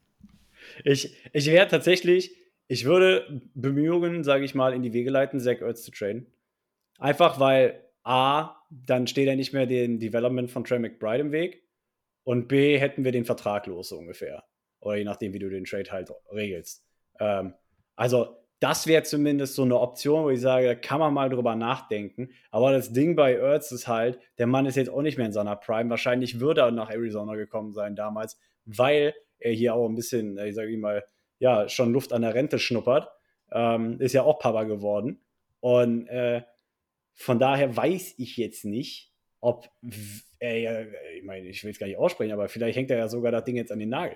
Ich, ich wäre tatsächlich, ich würde Bemühungen, sage ich mal, in die Wege leiten, Zach Ertz zu traden. Einfach weil A, dann steht ja nicht mehr den Development von Trey McBride im Weg und B, hätten wir den Vertrag los, so ungefähr. Oder je nachdem, wie du den Trade halt regelst. Ähm, also, das wäre zumindest so eine Option, wo ich sage, da kann man mal drüber nachdenken. Aber das Ding bei Ertz ist halt, der Mann ist jetzt auch nicht mehr in seiner Prime. Wahrscheinlich würde er nach Arizona gekommen sein damals, weil er hier auch ein bisschen, ich sage mal, ja, schon Luft an der Rente schnuppert. Ähm, ist ja auch Papa geworden. Und äh, von daher weiß ich jetzt nicht, ob er, ich meine, ich will es gar nicht aussprechen, aber vielleicht hängt er ja sogar das Ding jetzt an den Nagel.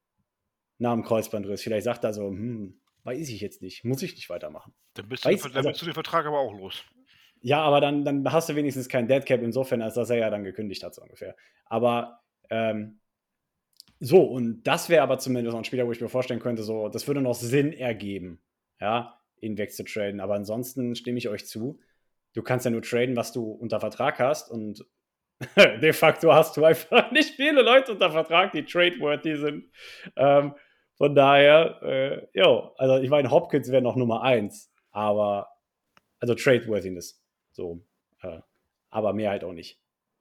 Nach dem Kreuzbandriss. Vielleicht sagt er so, hm, weiß ich jetzt nicht, muss ich nicht weitermachen. Dann bist, du, Weiß, dann also, bist du den Vertrag aber auch los. Ja, aber dann, dann hast du wenigstens kein Deadcap insofern, als dass er ja dann gekündigt hat, so ungefähr. Aber ähm, so, und das wäre aber zumindest noch ein Spieler, wo ich mir vorstellen könnte, so, das würde noch Sinn ergeben, ja, ihn wegzutraden. Aber ansonsten stimme ich euch zu. Du kannst ja nur traden, was du unter Vertrag hast und de facto hast du einfach nicht viele Leute unter Vertrag, die tradeworthy sind. Ähm, von daher, äh, jo, also ich meine, Hopkins wäre noch Nummer eins, aber, also Tradeworthiness, so, äh, aber mehr halt auch nicht.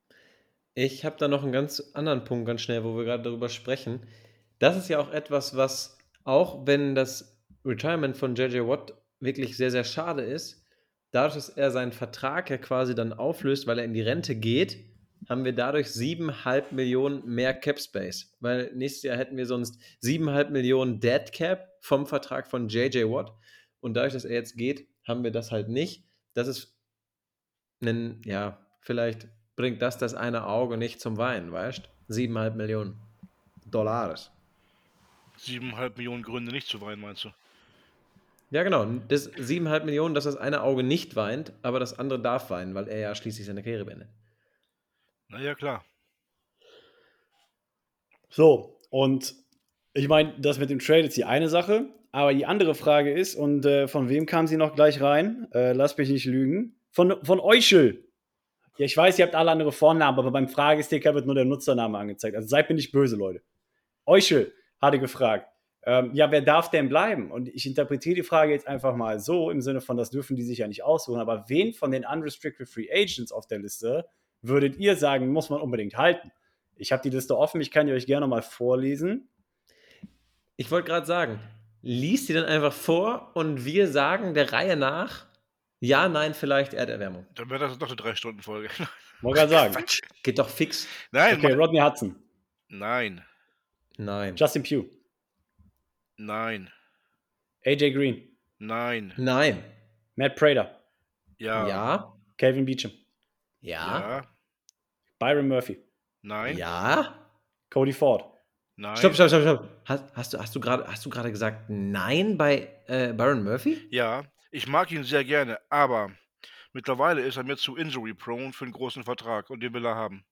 Ich habe da noch einen ganz anderen Punkt, ganz schnell, wo wir gerade darüber sprechen. Das ist ja auch etwas, was, auch wenn das Retirement von J J Watt wirklich sehr, sehr schade ist, dadurch, dass er seinen Vertrag ja quasi dann auflöst, weil er in die Rente geht, haben wir dadurch siebeneinhalb Millionen mehr Cap Space. Weil nächstes Jahr hätten wir sonst siebeneinhalb Millionen Dead Cap vom Vertrag von J J Watt. Und dadurch, dass er jetzt geht, haben wir das halt nicht. Das ist ein, ja, vielleicht bringt das das eine Auge nicht zum Weinen, weißt du? siebeneinhalb Millionen Dollars. siebeneinhalb Millionen Gründe nicht zu weinen, meinst du? Ja, genau. Das siebeneinhalb Millionen, dass das eine Auge nicht weint, aber das andere darf weinen, weil er ja schließlich seine Karriere beendet. Naja, klar. So, und ich meine, das mit dem Trade ist die eine Sache, aber die andere Frage ist, und äh, von wem kam sie noch gleich rein? Äh, lasst mich nicht lügen. Von, von Euchel. Ja, ich weiß, ihr habt alle andere Vornamen, aber beim Fragesticker wird nur der Nutzername angezeigt. Also seid mir nicht böse, Leute. Euchel hatte gefragt, ähm, ja, wer darf denn bleiben? Und ich interpretiere die Frage jetzt einfach mal so, im Sinne von, das dürfen die sich ja nicht aussuchen, aber wen von den Unrestricted Free Agents auf der Liste würdet ihr sagen, muss man unbedingt halten? Ich habe die Liste offen, ich kann die euch gerne mal vorlesen. Ich wollte gerade sagen, lies die dann einfach vor und wir sagen der Reihe nach, Ja, nein, vielleicht Erderwärmung. Dann wäre das doch eine drei-Stunden-Folge. Wollte gerade sagen. Quatsch, geht doch fix. Nein, Okay, mach- Rodney Hudson. nein, Nein. Justin Pugh. nein, A J Green. nein, Nein. Matt Prater. ja, Ja. Calvin Beecham. Ja. ja, Byron Murphy. nein, Ja. Cody Ford. nein. Stopp, stopp, stopp, stopp. Hast, hast du, hast du gerade, hast du gerade gesagt Nein bei äh, Byron Murphy? Ja, ich mag ihn sehr gerne, aber mittlerweile ist er mir zu injury-prone für einen großen Vertrag und den will er haben.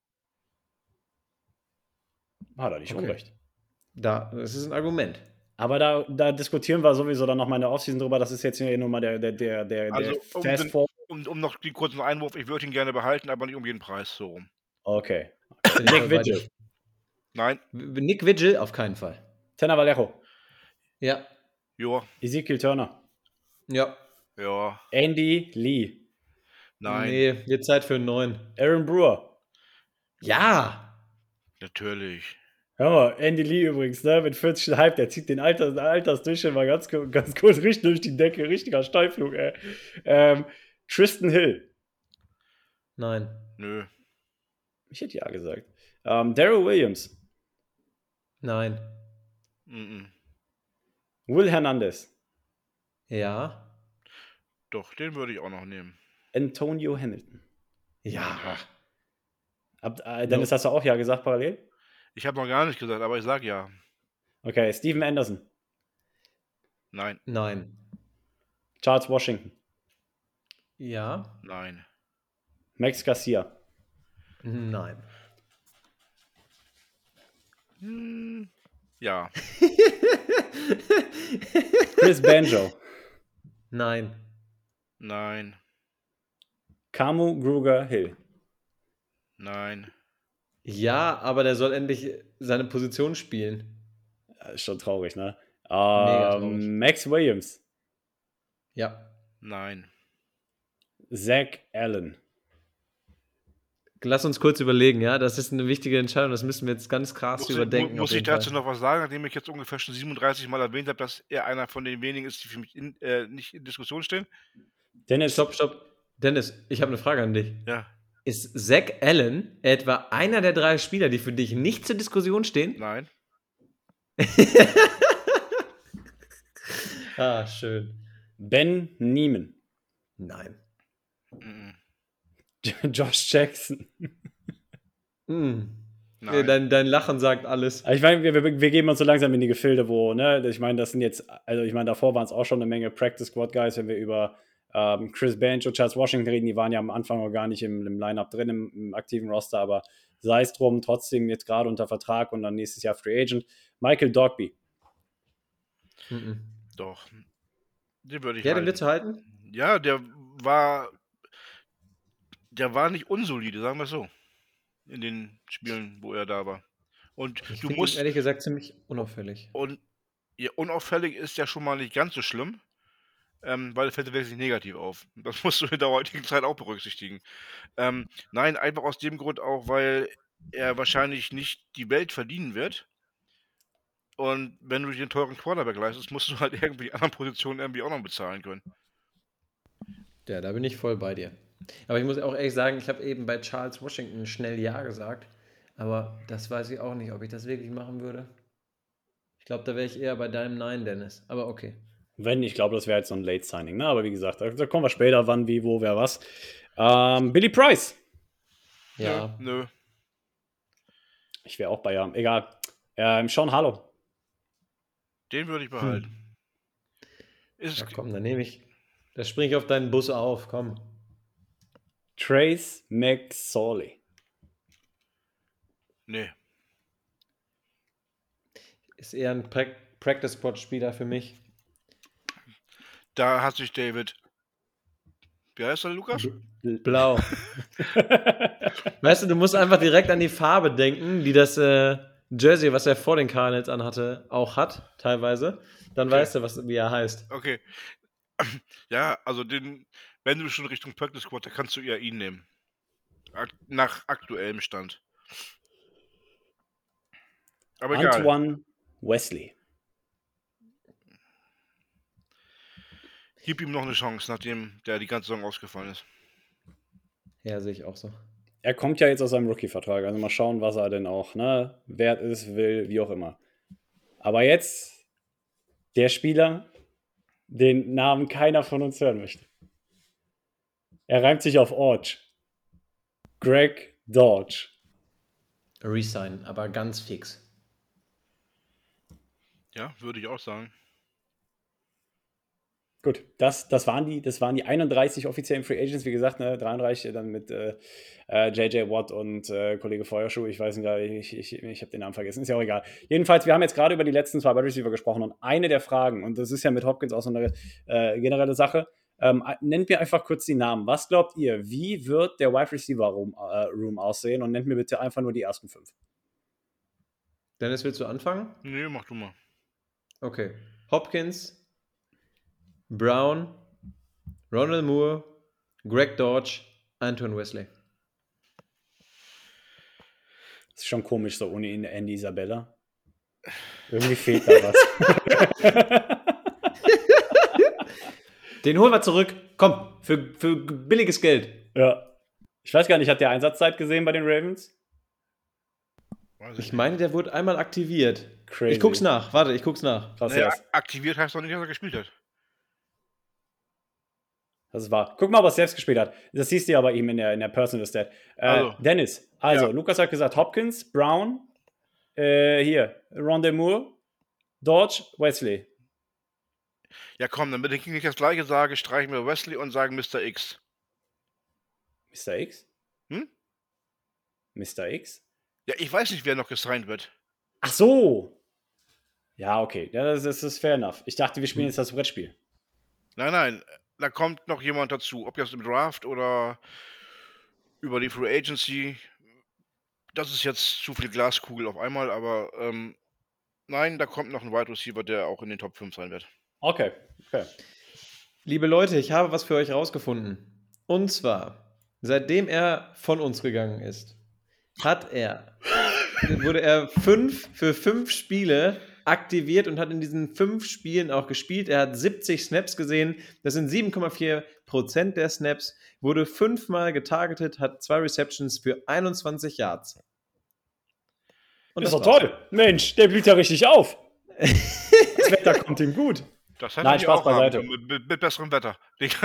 Hat er nicht Okay. unrecht. Da, das ist ein Argument. Aber da, da diskutieren wir sowieso dann noch mal in der Offseason drüber. Das ist jetzt hier nur mal der, der, der, der, Also, der um Fast den- Forward. Um, um noch den kurzen Einwurf, ich würde ihn gerne behalten, aber nicht um jeden Preis, so rum. Okay. Bin ich voll Nick bei Vigil. dir. Nein, W- Nick Vigil auf keinen Fall. Tanner Vallejo. Ja. ja, Ezekiel Turner. Ja. ja, Andy Lee. nein, Nee, jetzt Zeit für einen neuen. Aaron Brewer. Ja. natürlich. Hör mal, Andy Lee übrigens, ne, mit vierzig Komma fünf, der zieht den Alters, Altersdurchschnitt mal ganz, ku- ganz kurz richtig durch die Decke, richtiger Steilflug, ey. Ähm, Tristan Hill. Nein. Nö, Ich hätte ja gesagt. Ähm, Daryl Williams. Nein. mhm. Will Hernandez. Ja. Doch, den würde ich auch noch nehmen. Antonio Hamilton. Ja. Ab, äh, Dennis, hast du auch ja gesagt parallel? Ich habe noch gar nicht gesagt, aber ich sag ja. Okay, Steven Anderson. Nein, Nein. Charles Washington. Ja. nein, Max Garcia. Nein. hm, ja, Chris Banjo. Nein. nein, Kamu Gruger Hill. nein, Ja, aber der soll endlich seine Position spielen. Ja, ist schon traurig, ne? Mega Ähm, traurig. Max Williams. Ja. nein. Zach Allen. Lass uns kurz überlegen, ja. Das ist eine wichtige Entscheidung. Das müssen wir jetzt ganz krass Muss, ich- überdenken. mu- muss auf ich jeden dazu Fall. noch was sagen, nachdem ich jetzt ungefähr schon siebenunddreißig Mal erwähnt habe, dass er einer von den wenigen ist, die für mich in, äh, nicht in Diskussion stehen? Dennis, Stopp, stopp. Dennis, ich habe eine Frage an dich. Ja, Ist Zach Allen etwa einer der drei Spieler, die für dich nicht zur Diskussion stehen? nein, Ah, schön. Ben Niemann. Nein. mhm. Josh Jackson. Mm. nein. Dein, dein Lachen sagt alles. Ich meine, wir, wir, wir geben uns so langsam in die Gefilde, wo, ne, ich meine, das sind jetzt, also ich meine, davor waren es auch schon eine Menge Practice Squad Guys, wenn wir über ähm, Chris Banjo, Charles Washington reden, die waren ja am Anfang noch gar nicht im, im Line-Up drin, im, im aktiven Roster, aber sei es drum, trotzdem jetzt gerade unter Vertrag und dann nächstes Jahr Free Agent. Michael Dogby. Mhm. Doch. Den würde ich Ja, den halten. willst du halten? Ja, der war. Der war nicht unsolide, sagen wir es so. In den Spielen, wo er da war. Und Ich du finde ihn musst. ehrlich gesagt ziemlich unauffällig. Und ja, unauffällig ist ja schon mal nicht ganz so schlimm, ähm, weil es fällt wirklich negativ auf. Das musst du in der heutigen Zeit auch berücksichtigen. Ähm, nein, einfach aus dem Grund auch, weil er wahrscheinlich nicht die Welt verdienen wird. Und wenn du den teuren Quarterback leistest, musst du halt irgendwie die anderen Positionen irgendwie auch noch bezahlen können. Ja, da bin ich voll bei dir. Aber ich muss auch ehrlich sagen, ich habe eben bei Charles Washington schnell Ja gesagt. Aber das weiß ich auch nicht, ob ich das wirklich machen würde. Ich glaube, da wäre ich eher bei deinem Nein, Dennis. Aber okay. Wenn, ich glaube, das wäre jetzt so ein Late-Signing, ne? Aber wie gesagt, da, da kommen wir später, wann, wie, wo, wer, was. Ähm, Billy Price. Ja. Nö, nö. Ich wäre auch bei ja. Egal. Ähm, Sean Harlow. Den würde ich behalten. Ist Ja, es, komm, dann nehme ich. Da springe ich auf deinen Bus auf, komm. Trace McSorley. nee. Ist eher ein pra Practice-Spot-Spieler für mich. Da hat sich David. Wie heißt er, Lukas? Blau. Weißt du, du musst einfach direkt an die Farbe denken, die das äh, Jersey, was er vor den Cardinals anhatte, auch hat, teilweise. Dann Okay. weißt du, was, wie er heißt. Okay. Ja, also den, wenn du schon Richtung Practice Squad, da kannst du eher ihn nehmen. Ak nach aktuellem Stand. Aber egal. Antoine Wesley. Gib ihm noch eine Chance, nachdem der die ganze Saison ausgefallen ist. Ja, sehe ich auch so. Er kommt ja jetzt aus seinem Rookie-Vertrag. Also mal schauen, was er denn auch ne, wert ist, will, wie auch immer. Aber jetzt der Spieler, den Namen keiner von uns hören möchte. Er reimt sich auf Orge. Greg Dodge. Resign, aber ganz fix. Ja, würde ich auch sagen. Gut, das, das, waren die, das waren die einunddreißig offiziellen Free Agents, wie gesagt, ne, dreiunddreißig dann mit äh, äh, J J Watt und äh, Kollege Feuerschuh, ich weiß nicht, ich, ich, ich habe den Namen vergessen, ist ja auch egal. Jedenfalls, wir haben jetzt gerade über die letzten zwei Wide Receiver gesprochen und eine der Fragen, und das ist ja mit Hopkins auch so eine äh, generelle Sache, ähm, nennt mir einfach kurz die Namen. Was glaubt ihr, wie wird der Wide Receiver Room, äh, Room aussehen? Und nennt mir bitte einfach nur die ersten fünf. Dennis, willst du anfangen? Nee, mach du mal. Okay. Hopkins, Brown, Ronald Moore, Greg Dodge, Antoine Wesley. Das ist schon komisch, so ohne ihn Andy Isabella. Irgendwie fehlt da was. Den holen wir zurück. Komm, für, für billiges Geld. Ja. Ich weiß gar nicht, hat der Einsatzzeit gesehen bei den Ravens? Ich meine, der wurde einmal aktiviert. Crazy. Ich guck's nach. Warte, ich guck's nach. Krass, Naja, ja. aktiviert heißt doch nicht, dass er gespielt hat. Das ist wahr. Guck mal, ob er selbst gespielt hat. Das siehst du ja bei ihm in der, in der Personal Stat. Äh, Also. Dennis, also, Ja. Lukas hat gesagt, Hopkins, Brown, äh, hier, Rondé Moore, Dodge, Wesley. Ja komm, damit ich nicht das gleiche sage, streichen wir Wesley und sagen Mister X. Mister X? Hm? Mister X? Ja, ich weiß nicht, wer noch gesigned wird. Ach so. Ja, okay. Ja, das, das ist fair enough. Ich dachte, wir spielen jetzt das Brettspiel. Nein, nein, da kommt noch jemand dazu. Ob jetzt im Draft oder über die Free Agency. Das ist jetzt zu viel Glaskugel auf einmal, aber ähm, nein, da kommt noch ein Wide Receiver, der auch in den Top fünf sein wird. Okay, okay. Liebe Leute, ich habe was für euch rausgefunden. Und zwar, seitdem er von uns gegangen ist, hat er, wurde er fünf für fünf Spiele aktiviert und hat in diesen fünf Spielen auch gespielt. Er hat siebzig Snaps gesehen, das sind sieben Komma vier Prozent der Snaps, wurde fünfmal getargetet, hat zwei Receptions für einundzwanzig Yards. Und Das das ist doch war's. toll. Mensch, der blüht ja richtig auf. Das Wetter kommt ihm gut. Das hat Nein, er Spaß auch haben, beiseite. mit, mit, mit besserem Wetter.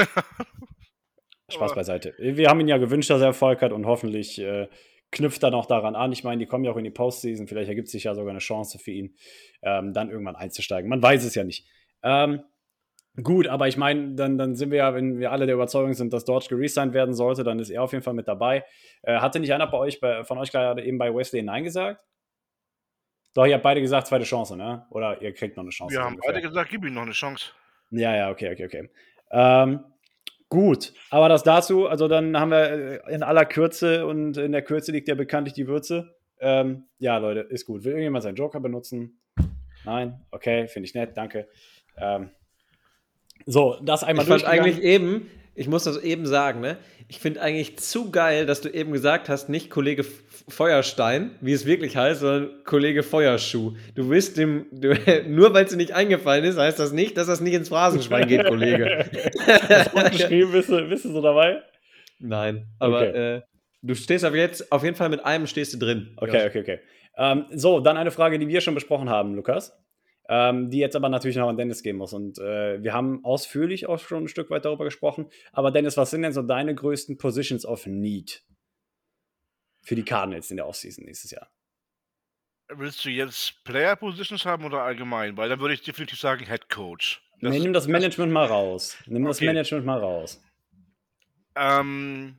Spaß Aber- beiseite. Wir haben ihn ja gewünscht, dass er Erfolg hat und hoffentlich äh, knüpft er noch daran an. Ich meine, die kommen ja auch in die Postseason. Vielleicht ergibt sich ja sogar eine Chance für ihn, ähm, dann irgendwann einzusteigen. Man weiß es ja nicht. Ähm, gut, aber ich meine, dann, dann sind wir ja, wenn wir alle der Überzeugung sind, dass Dodge geresigned werden sollte, dann ist er auf jeden Fall mit dabei. Äh, hatte nicht einer bei euch, bei, von euch gerade eben bei Wesley Nein gesagt? Doch, ihr habt beide gesagt, zweite Chance, ne? Oder ihr kriegt noch eine Chance. Wir so haben ungefähr. beide gesagt, gib ihm noch eine Chance. Ja, ja, okay, okay, okay. Ähm, gut, aber das dazu, also dann haben wir äh, in aller Kürze und in der Kürze liegt ja bekanntlich die Würze. Ähm, ja, Leute, ist gut. Will irgendjemand seinen Joker benutzen? Nein? Okay, finde ich nett, danke. Ähm, so, das einmal Ich fand durchgegangen. eigentlich eben, ich muss das eben sagen, ne? Ich finde eigentlich zu geil, dass du eben gesagt hast, nicht Kollege F- Feuerstein, wie es wirklich heißt, sondern Kollege Feuerschuh. Du bist dem, du, nur weil es dir nicht eingefallen ist, heißt das nicht, dass das nicht ins Phrasenschwein geht, Kollege. Hast du geschrieben, bist du, bist du so dabei? Nein, aber Okay. äh, du stehst aber jetzt, auf jeden Fall mit einem stehst du drin. Okay, okay, okay. Ähm, so, dann eine Frage, die wir schon besprochen haben, Lukas. Ähm, die jetzt aber natürlich noch an Dennis gehen muss. Und äh, wir haben ausführlich auch schon ein Stück weit darüber gesprochen. Aber Dennis, was sind denn so deine größten Positions of Need für die Cardinals in der Offseason nächstes Jahr? Willst du jetzt Player Positions haben oder allgemein? Weil dann würde ich definitiv sagen Head Coach. Das- nee, nimm das Management mal raus. Nimm das Okay. Management mal raus. Ähm,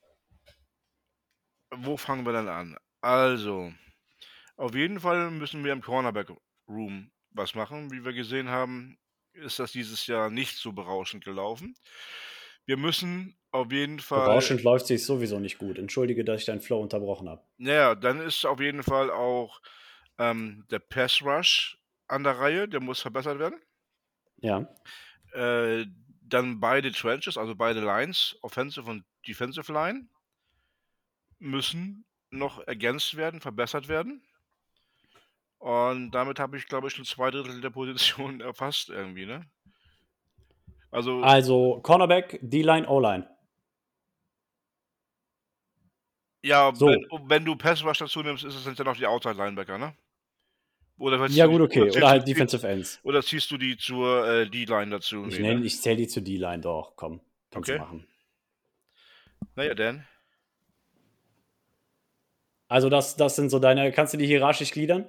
wo fangen wir dann an? Also, auf jeden Fall müssen wir im Cornerback Room was machen. Wie wir gesehen haben, ist das dieses Jahr nicht so berauschend gelaufen. Wir müssen auf jeden Fall. Berauschend läuft sich sowieso nicht gut. Entschuldige, dass ich deinen Flow unterbrochen habe. Naja, dann ist auf jeden Fall auch ähm, der Pass Rush an der Reihe, der muss verbessert werden. Ja. Äh, dann beide Trenches, also beide Lines, Offensive und Defensive Line, müssen noch ergänzt werden, verbessert werden. Und damit habe ich, glaube ich, schon zwei Drittel der Position erfasst irgendwie, ne? Also, Also Cornerback, D-Line, O-Line. ja, So. wenn, wenn du Pass Rush dazu nimmst, ist es dann noch die Outside Linebacker, ne? Oder willst Ja du gut, die- okay. zählst Oder du halt die- Defensive Ends. Oder ziehst du die zur äh, D-Line dazu? Ich Nee, nenne, ne? ich zähle die zur D-Line doch. Komm, kannst Okay. du machen. Naja, Dan. Also das, das sind so deine, kannst du die hierarchisch gliedern?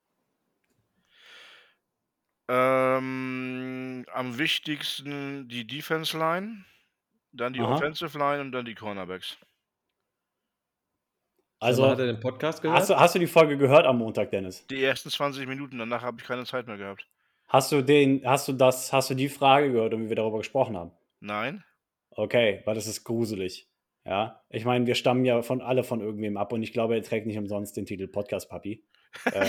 Ähm, am wichtigsten die Defense Line, dann die Aha. Offensive Line und dann die Cornerbacks. Also, Also hat er den Podcast gehört? hast du, hast du die Folge gehört am Montag, Dennis? Die ersten zwanzig Minuten, danach habe ich keine Zeit mehr gehabt. Hast du den, hast du das, hast du die Frage gehört und wie wir darüber gesprochen haben? Nein? Okay, weil das ist gruselig. Ja, ich meine, wir stammen ja von alle von irgendwem ab und ich glaube, er trägt nicht umsonst den Titel Podcast Papi. äh,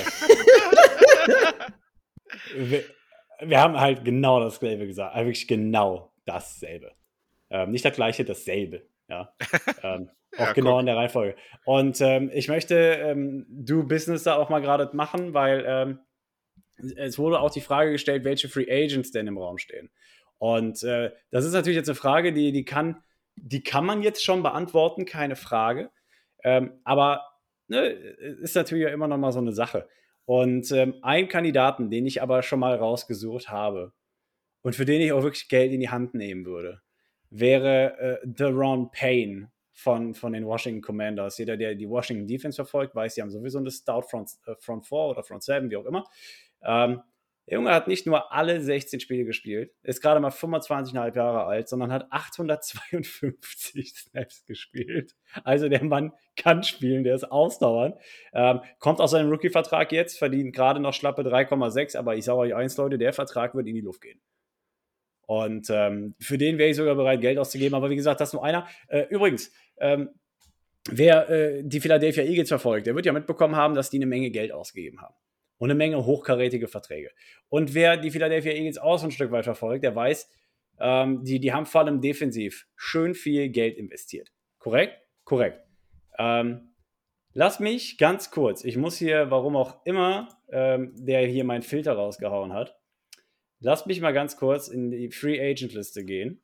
wir, wir haben halt genau dasselbe gesagt, also wirklich genau dasselbe. Ähm, nicht das gleiche, dasselbe. Ja, ähm, auch Ja, genau guck. in der Reihenfolge. Und ähm, ich möchte ähm, Do Business da auch mal gerade machen, weil ähm, es wurde auch die Frage gestellt, welche Free Agents denn im Raum stehen. Und äh, das ist natürlich jetzt eine Frage, die, die, kann, die kann man jetzt schon beantworten, keine Frage. Ähm, aber ne, ist natürlich ja immer noch mal so eine Sache. Und ähm, ein Kandidaten, den ich aber schon mal rausgesucht habe und für den ich auch wirklich Geld in die Hand nehmen würde, wäre äh, Deron Payne von, von den Washington Commanders. Jeder, der die Washington Defense verfolgt, weiß, die haben sowieso eine Stout Front, äh, Front vier oder Front sieben, wie auch immer. Ähm, der Junge hat nicht nur alle sechzehn Spiele gespielt, ist gerade mal fünfundzwanzig Komma fünf Jahre alt, sondern hat achthundertzweiundfünfzig Snaps gespielt. Also der Mann kann spielen, der ist ausdauernd. Ähm, kommt aus seinem Rookie-Vertrag jetzt, verdient gerade noch schlappe drei Komma sechs, aber ich sage euch eins, Leute, der Vertrag wird in die Luft gehen. Und ähm, für den wäre ich sogar bereit, Geld auszugeben. Aber wie gesagt, das ist nur einer. Äh, übrigens, ähm, wer äh, die Philadelphia Eagles verfolgt, der wird ja mitbekommen haben, dass die eine Menge Geld ausgegeben haben. Und eine Menge hochkarätige Verträge. Und wer die Philadelphia Eagles auch so ein Stück weit verfolgt, der weiß, ähm, die, die haben vor allem defensiv schön viel Geld investiert. Korrekt? Korrekt. Ähm, lass mich ganz kurz, ich muss hier, warum auch immer, ähm, der hier meinen Filter rausgehauen hat, lass mich mal ganz kurz in die Free Agent Liste gehen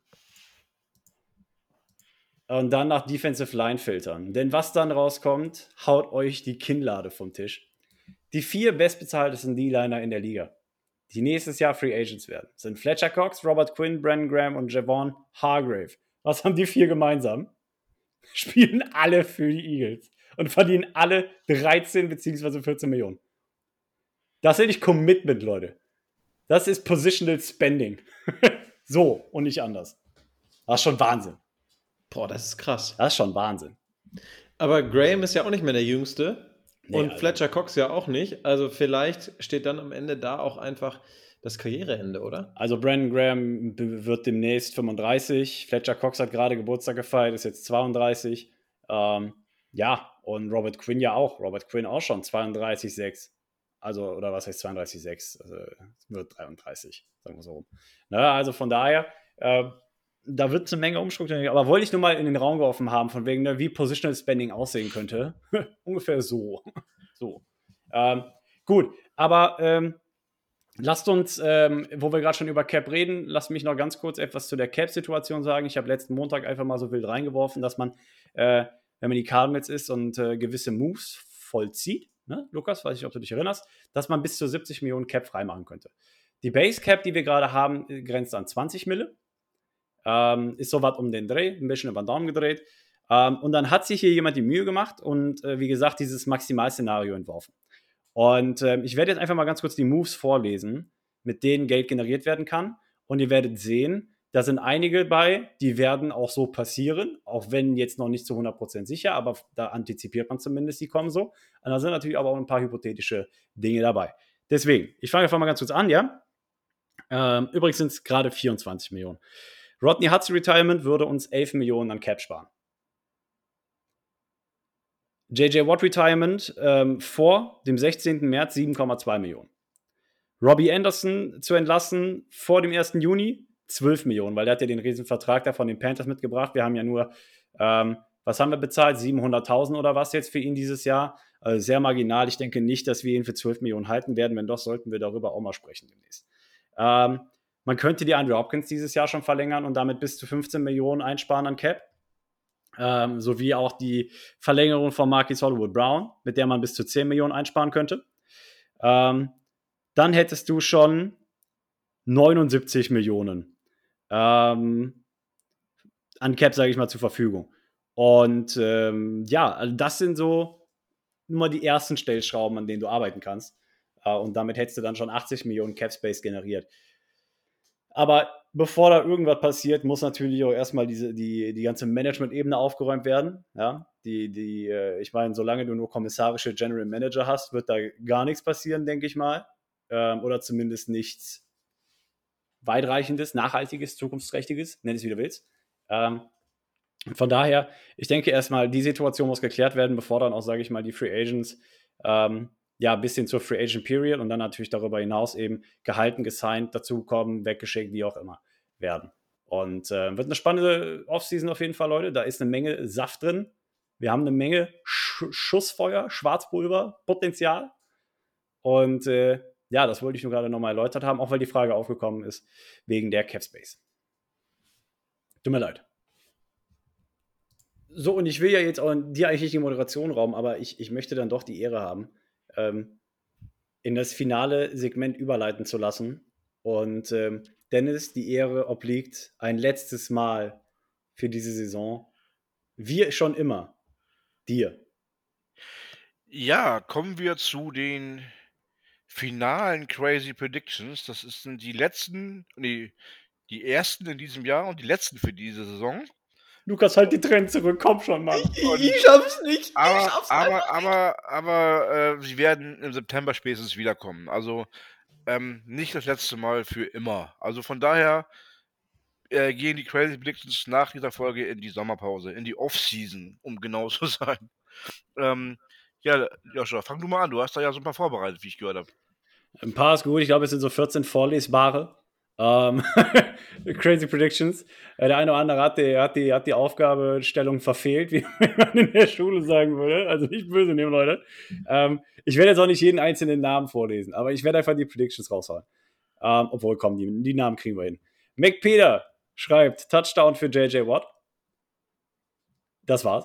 und dann nach Defensive Line filtern. Denn was dann rauskommt, haut euch die Kinnlade vom Tisch. Die vier bestbezahltesten D-Liner in der Liga, die nächstes Jahr Free Agents werden, sind Fletcher Cox, Robert Quinn, Brandon Graham und Javon Hargrave. Was haben die vier gemeinsam? Spielen alle für die Eagles und verdienen alle dreizehn bzw. vierzehn Millionen. Das ist nicht Commitment, Leute. Das ist Positional Spending. So und nicht anders. Das ist schon Wahnsinn. Boah, das ist krass. Das ist schon Wahnsinn. Aber Graham ist ja auch nicht mehr der Jüngste. Nee, und also- Fletcher Cox ja auch nicht. Also vielleicht steht dann am Ende da auch einfach das Karriereende, oder? Also Brandon Graham b- wird demnächst fünfunddreißig. Fletcher Cox hat gerade Geburtstag gefeiert, ist jetzt zweiunddreißig. Ähm, ja, und Robert Quinn ja auch. Robert Quinn auch schon zweiunddreißig Komma sechs. Also, oder was heißt zweiunddreißig Komma sechs? Also, wird dreiunddreißig, sagen wir so rum. Na, also von daher, äh, da wird eine Menge umstrukturiert. Aber wollte ich nur mal in den Raum geworfen haben, von wegen, ne, wie Positional Spending aussehen könnte. Ungefähr so. so. Ähm, gut, aber ähm, lasst uns, ähm, wo wir gerade schon über Cap reden, lasst mich noch ganz kurz etwas zu der Cap-Situation sagen. Ich habe letzten Montag einfach mal so wild reingeworfen, dass man, äh, wenn man die Cardinals ist und äh, gewisse Moves vollzieht, ne, Lukas, weiß ich, ob du dich erinnerst, dass man bis zu siebzig Millionen Cap freimachen könnte. Die Base Cap, die wir gerade haben, grenzt an zwanzig Mille. Ähm, ist so was um den Dreh, ein bisschen über den Daumen gedreht. Ähm, und dann hat sich hier jemand die Mühe gemacht und, äh, wie gesagt, dieses Maximalszenario entworfen. Und ähm, ich werde jetzt einfach mal ganz kurz die Moves vorlesen, mit denen Geld generiert werden kann. Und ihr werdet sehen, da sind einige bei, die werden auch so passieren, auch wenn jetzt noch nicht zu hundert Prozent sicher, aber da antizipiert man zumindest, die kommen so. Und da sind natürlich aber auch ein paar hypothetische Dinge dabei. Deswegen, ich fange einfach mal ganz kurz an, ja? Ähm, übrigens sind es gerade vierundzwanzig Millionen. Rodney Hudson Retirement würde uns elf Millionen an Cap sparen. J J Watt Retirement ähm, vor dem sechzehnten März sieben Komma zwei Millionen. Robbie Anderson zu entlassen vor dem ersten Juni zwölf Millionen, weil der hat ja den riesen Vertrag da von den Panthers mitgebracht. Wir haben ja nur, ähm, was haben wir bezahlt? siebenhunderttausend oder was jetzt für ihn dieses Jahr? Also sehr marginal. Ich denke nicht, dass wir ihn für zwölf Millionen halten werden. Wenn doch, sollten wir darüber auch mal sprechen demnächst. Ähm, Man könnte die Andrew Hopkins dieses Jahr schon verlängern und damit bis zu fünfzehn Millionen einsparen an Cap. Ähm, sowie auch die Verlängerung von Marquise Hollywood Brown, mit der man bis zu zehn Millionen einsparen könnte. Ähm, dann hättest du schon neunundsiebzig Millionen ähm, an Cap, sage ich mal, zur Verfügung. Und ähm, ja, also das sind so nur mal die ersten Stellschrauben, an denen du arbeiten kannst. Äh, und damit hättest du dann schon achtzig Millionen Cap Space generiert. Aber bevor da irgendwas passiert, muss natürlich auch erstmal diese, die, die ganze Management-Ebene aufgeräumt werden. Ja? Die, die, äh, ich meine, solange du nur kommissarische General Manager hast, wird da gar nichts passieren, denke ich mal. Ähm, oder zumindest nichts weitreichendes, nachhaltiges, zukunftsträchtiges, nenn es wie du willst. Ähm, von daher, ich denke erstmal, die Situation muss geklärt werden, bevor dann auch, sage ich mal, die Free Agents ähm, ja, bis hin zur Free Agent Period und dann natürlich darüber hinaus eben gehalten, gesigned, dazukommen, weggeschickt, wie auch immer werden. Und äh, wird eine spannende Offseason auf jeden Fall, Leute. Da ist eine Menge Saft drin. Wir haben eine Menge Sch- Schussfeuer, Schwarzpulver, Potenzial. Und äh, ja, das wollte ich nur gerade nochmal erläutert haben, auch weil die Frage aufgekommen ist wegen der Cap Space. Tut mir leid. So, und ich will ja jetzt auch dir eigentlich nicht die Moderation rauben, aber ich, ich möchte dann doch die Ehre haben, ähm, in das finale Segment überleiten zu lassen. Und ähm, Dennis, die Ehre obliegt ein letztes Mal für diese Saison. Wie schon immer. Dir. Ja, kommen wir zu den finalen Crazy Predictions. Das sind die letzten, nee, die ersten in diesem Jahr und die letzten für diese Saison. Lukas, halt die Tränen zurück, komm schon, Mann. Ich, ich schaff's nicht. Aber, ich schaff's aber, aber, aber äh, sie werden im September spätestens wiederkommen. Also ähm, nicht das letzte Mal für immer. Also von daher äh, gehen die Crazy Predictions nach dieser Folge in die Sommerpause, in die Off-Season, um genau zu sein. Ähm, ja, Joshua, fang du mal an. Du hast da ja so ein paar vorbereitet, wie ich gehört habe. Ein paar ist gut. Ich glaube, es sind so vierzehn vorlesbare. Ähm, Crazy Predictions. Äh, der eine oder andere hat die, hat die, hat die Aufgabenstellung verfehlt, wie man in der Schule sagen würde. Also nicht böse nehmen, Leute. Ähm, ich werde jetzt auch nicht jeden einzelnen Namen vorlesen, aber ich werde einfach die Predictions raushauen. Ähm, obwohl, komm, die, die Namen kriegen wir hin. McPeter schreibt Touchdown für J J Watt. Das war's.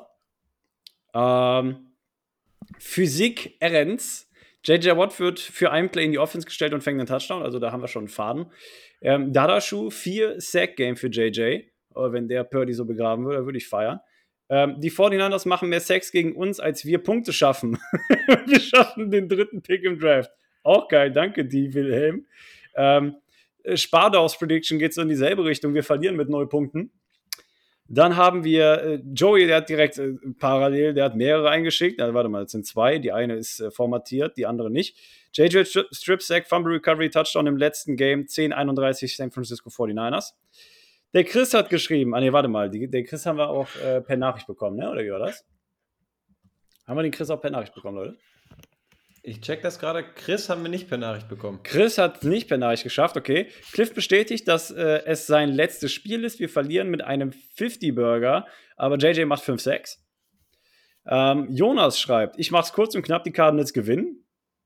Ähm, Physik Erenz. J J Watt wird für einen Play in die Offense gestellt und fängt einen Touchdown, also da haben wir schon einen Faden. Ähm, Dadashu, vier Sack-Game für J J. Oh, wenn der Purdy so begraben würde, würde ich feiern. Ähm, die forty-niners machen mehr Sacks gegen uns, als wir Punkte schaffen. Wir schaffen den dritten Pick im Draft. Auch geil, danke, die Wilhelm. Ähm, Spardaus Prediction geht so in dieselbe Richtung. Wir verlieren mit null Punkten. Dann haben wir äh, Joey, der hat direkt äh, parallel, der hat mehrere eingeschickt. Also, warte mal, das sind zwei. Die eine ist äh, formatiert, die andere nicht. J J Strip, Strip Sack, Fumble Recovery, Touchdown im letzten Game, zehn einunddreißig San Francisco forty-niners. Der Chris hat geschrieben, ah ne, warte mal, die, der Chris haben wir auch äh, per Nachricht bekommen, ne? Oder wie war das? Haben wir den Chris auch per Nachricht bekommen, Leute? Ich check das gerade. Chris haben wir nicht per Nachricht bekommen. Chris hat es nicht per Nachricht geschafft, okay. Cliff bestätigt, dass äh, es sein letztes Spiel ist. Wir verlieren mit einem fünfzig-Burger, aber J J macht fünf sechs. Ähm, Jonas schreibt, ich mach's kurz und knapp, die Cardinals gewinnen.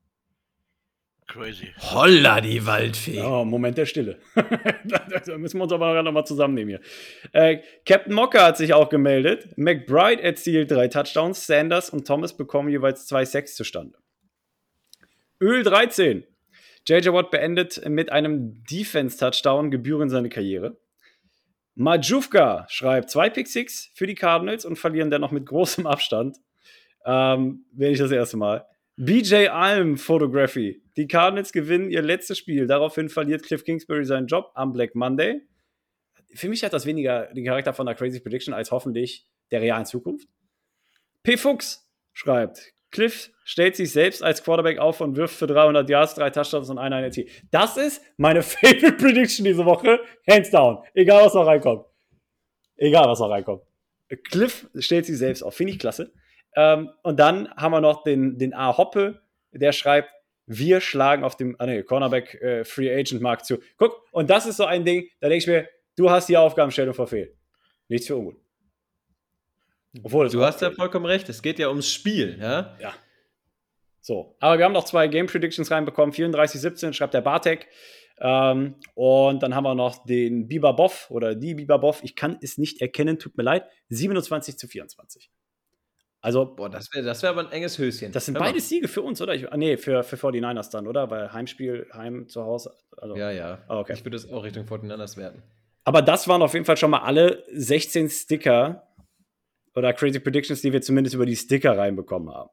Crazy. Holla, die Waldfee. Oh, Moment der Stille. Da müssen wir uns aber noch mal zusammennehmen hier. Äh, Captain Mocker hat sich auch gemeldet. McBride erzielt drei Touchdowns, Sanders und Thomas bekommen jeweils zwei Sacks zustande. Öl dreizehn. J J Watt beendet mit einem Defense-Touchdown gebührend seine Karriere. Majufka schreibt zwei Pick Six für die Cardinals und verlieren dennoch mit großem Abstand. Ähm, Wäre ich das erste Mal. B J Alm Photography. Die Cardinals gewinnen ihr letztes Spiel. Daraufhin verliert Cliff Kingsbury seinen Job am Black Monday. Für mich hat das weniger den Charakter von der Crazy Prediction als hoffentlich der realen Zukunft. P. Fuchs schreibt, Cliff stellt sich selbst als Quarterback auf und wirft für dreihundert Yards, drei Touchdowns und eine I N T. Das ist meine Favorite Prediction diese Woche. Hands down. Egal, was noch reinkommt. Egal, was noch reinkommt. Cliff stellt sich selbst auf. Finde ich klasse. Ähm, und dann haben wir noch den, den A. Hoppe, der schreibt, wir schlagen auf dem ah, nee, Cornerback äh, Free Agent Markt zu. Guck, und das ist so ein Ding, da denke ich mir, du hast die Aufgabenstellung verfehlt. Nichts für ungut. Obwohl, du hast ja vollkommen recht, es geht ja ums Spiel, ja? Ja. So, aber wir haben noch zwei Game Predictions reinbekommen. vierunddreißig siebzehn schreibt der Bartek. Ähm, und dann haben wir noch den Biber Boff oder die Biber Boff. Ich kann es nicht erkennen, tut mir leid. siebenundzwanzig zu vierundzwanzig. Also, Boah, das wäre das wär aber ein enges Höschen. das sind Hör mal. beide Siege für uns, oder? Ich, ah, nee, für, für forty-niners dann, oder? Weil Heimspiel, Heim zu Hause. Also, Ja, ja. Ah, okay. Ich würde es auch Richtung forty-niners werten. Aber das waren auf jeden Fall schon mal alle sechzehn Sticker oder Crazy Predictions, die wir zumindest über die Sticker reinbekommen haben.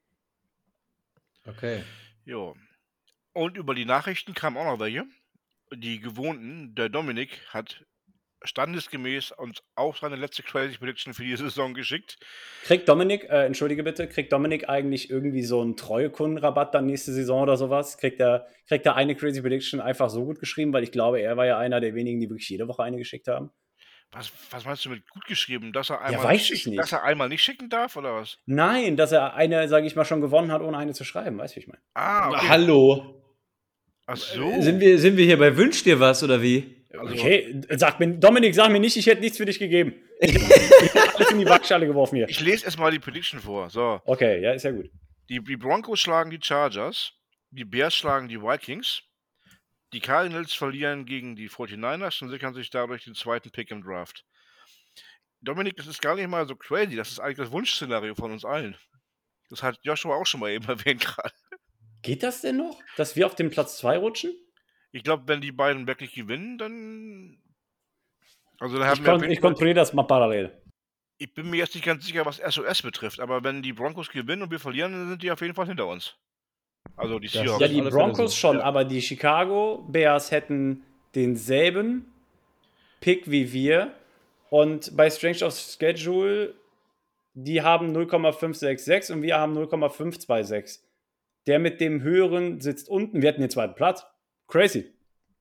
Okay. Jo. Und über die Nachrichten kamen auch noch welche. Die gewohnten, der Dominik hat standesgemäß uns auch seine letzte Crazy Prediction für die Saison geschickt. Kriegt Dominik, äh, entschuldige bitte, kriegt Dominik eigentlich irgendwie so einen Treuekundenrabatt dann nächste Saison oder sowas? Kriegt er, kriegt er eine Crazy Prediction einfach so gut geschrieben? Weil ich glaube, er war ja einer der wenigen, die wirklich jede Woche eine geschickt haben. Was, was meinst du mit gut geschrieben? Dass er einmal, weiß nicht, ich schicken, nicht. Dass er einmal nicht schicken darf, oder was? Nein, dass er eine, sage ich mal, schon gewonnen hat, ohne eine zu schreiben. Weißt du, wie ich meine? Ah, okay. Hallo. Ach so. Sind wir, sind wir hier bei Wünsch dir was oder wie? Also, Okay, sag mir, Dominik, sag mir nicht, ich hätte nichts für dich gegeben. Ich habe alles in die Waagschale geworfen hier. Ich lese erstmal die Prediction vor. So. Okay, ja, ist ja gut. Die, die Broncos schlagen die Chargers, die Bears schlagen die Vikings, die Cardinals verlieren gegen die forty-niners und sichern sich dadurch den zweiten Pick im Draft. Dominik, das ist gar nicht mal so crazy. Das ist eigentlich das Wunschszenario von uns allen. Das hat Joshua auch schon mal eben erwähnt gerade. Geht das denn noch, dass wir auf den Platz zwei rutschen? Ich glaube, wenn die beiden wirklich gewinnen, dann. Also dann Ich, haben wir. kon ich kontrolliere das mal parallel. Ich bin mir jetzt nicht ganz sicher, was S O S betrifft, aber wenn die Broncos gewinnen und wir verlieren, dann sind die auf jeden Fall hinter uns. Also die Das- Seahawks. Ja, die alle Fälle Broncos so. schon, Ja. aber die Chicago Bears hätten denselben Pick wie wir. Und bei Strange of Schedule, die haben null Komma fünf sechs sechs und wir haben null Komma fünf zwei sechs. Der mit dem höheren sitzt unten. Wir hatten den zweiten Platz. Crazy.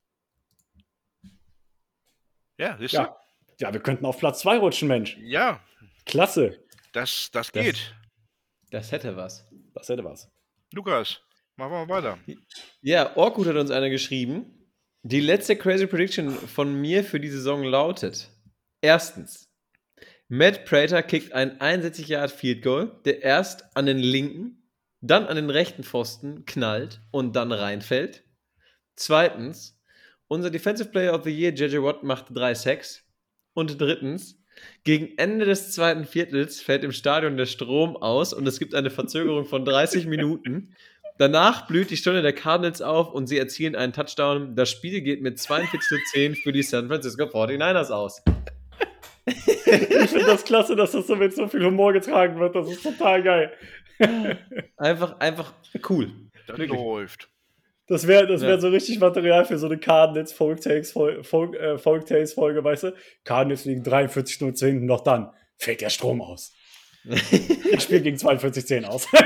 Ja, siehst Ja, ja, wir könnten auf Platz zwei rutschen, Mensch. du? Ja, Klasse. das, das Das- geht. Das hätte was. Das hätte was. Lukas, machen wir mal weiter. Ja, Orkut hat uns einer geschrieben. Die letzte Crazy Prediction von mir für die Saison lautet: Erstens, Matt Prater kickt ein einundsechzig Yard Field Goal, der erst an den linken, dann an den rechten Pfosten knallt und dann reinfällt. Zweitens, unser Defensive Player of the Year, J J Watt, macht drei Sacks. Und drittens, gegen Ende des zweiten Viertels fällt im Stadion der Strom aus und es gibt eine Verzögerung von dreißig Minuten. Danach blüht die Stunde der Cardinals auf und sie erzielen einen Touchdown. Das Spiel geht mit zweiundvierzig zu zehn für die San Francisco forty-niners aus. Ich finde das klasse, dass das so mit so viel Humor getragen wird. Das ist total geil. Einfach, einfach cool. Das Wirklich. läuft. Das wäre das wär Ja. so richtig Material für so eine Cardinals Folktales Folge, Folk, äh, Folktales Folge, weißt du? Cardinals liegen dreiundvierzig null zu hinten, noch dann fällt der Strom aus. Das Spiel ging zweiundvierzig zehn aus. Das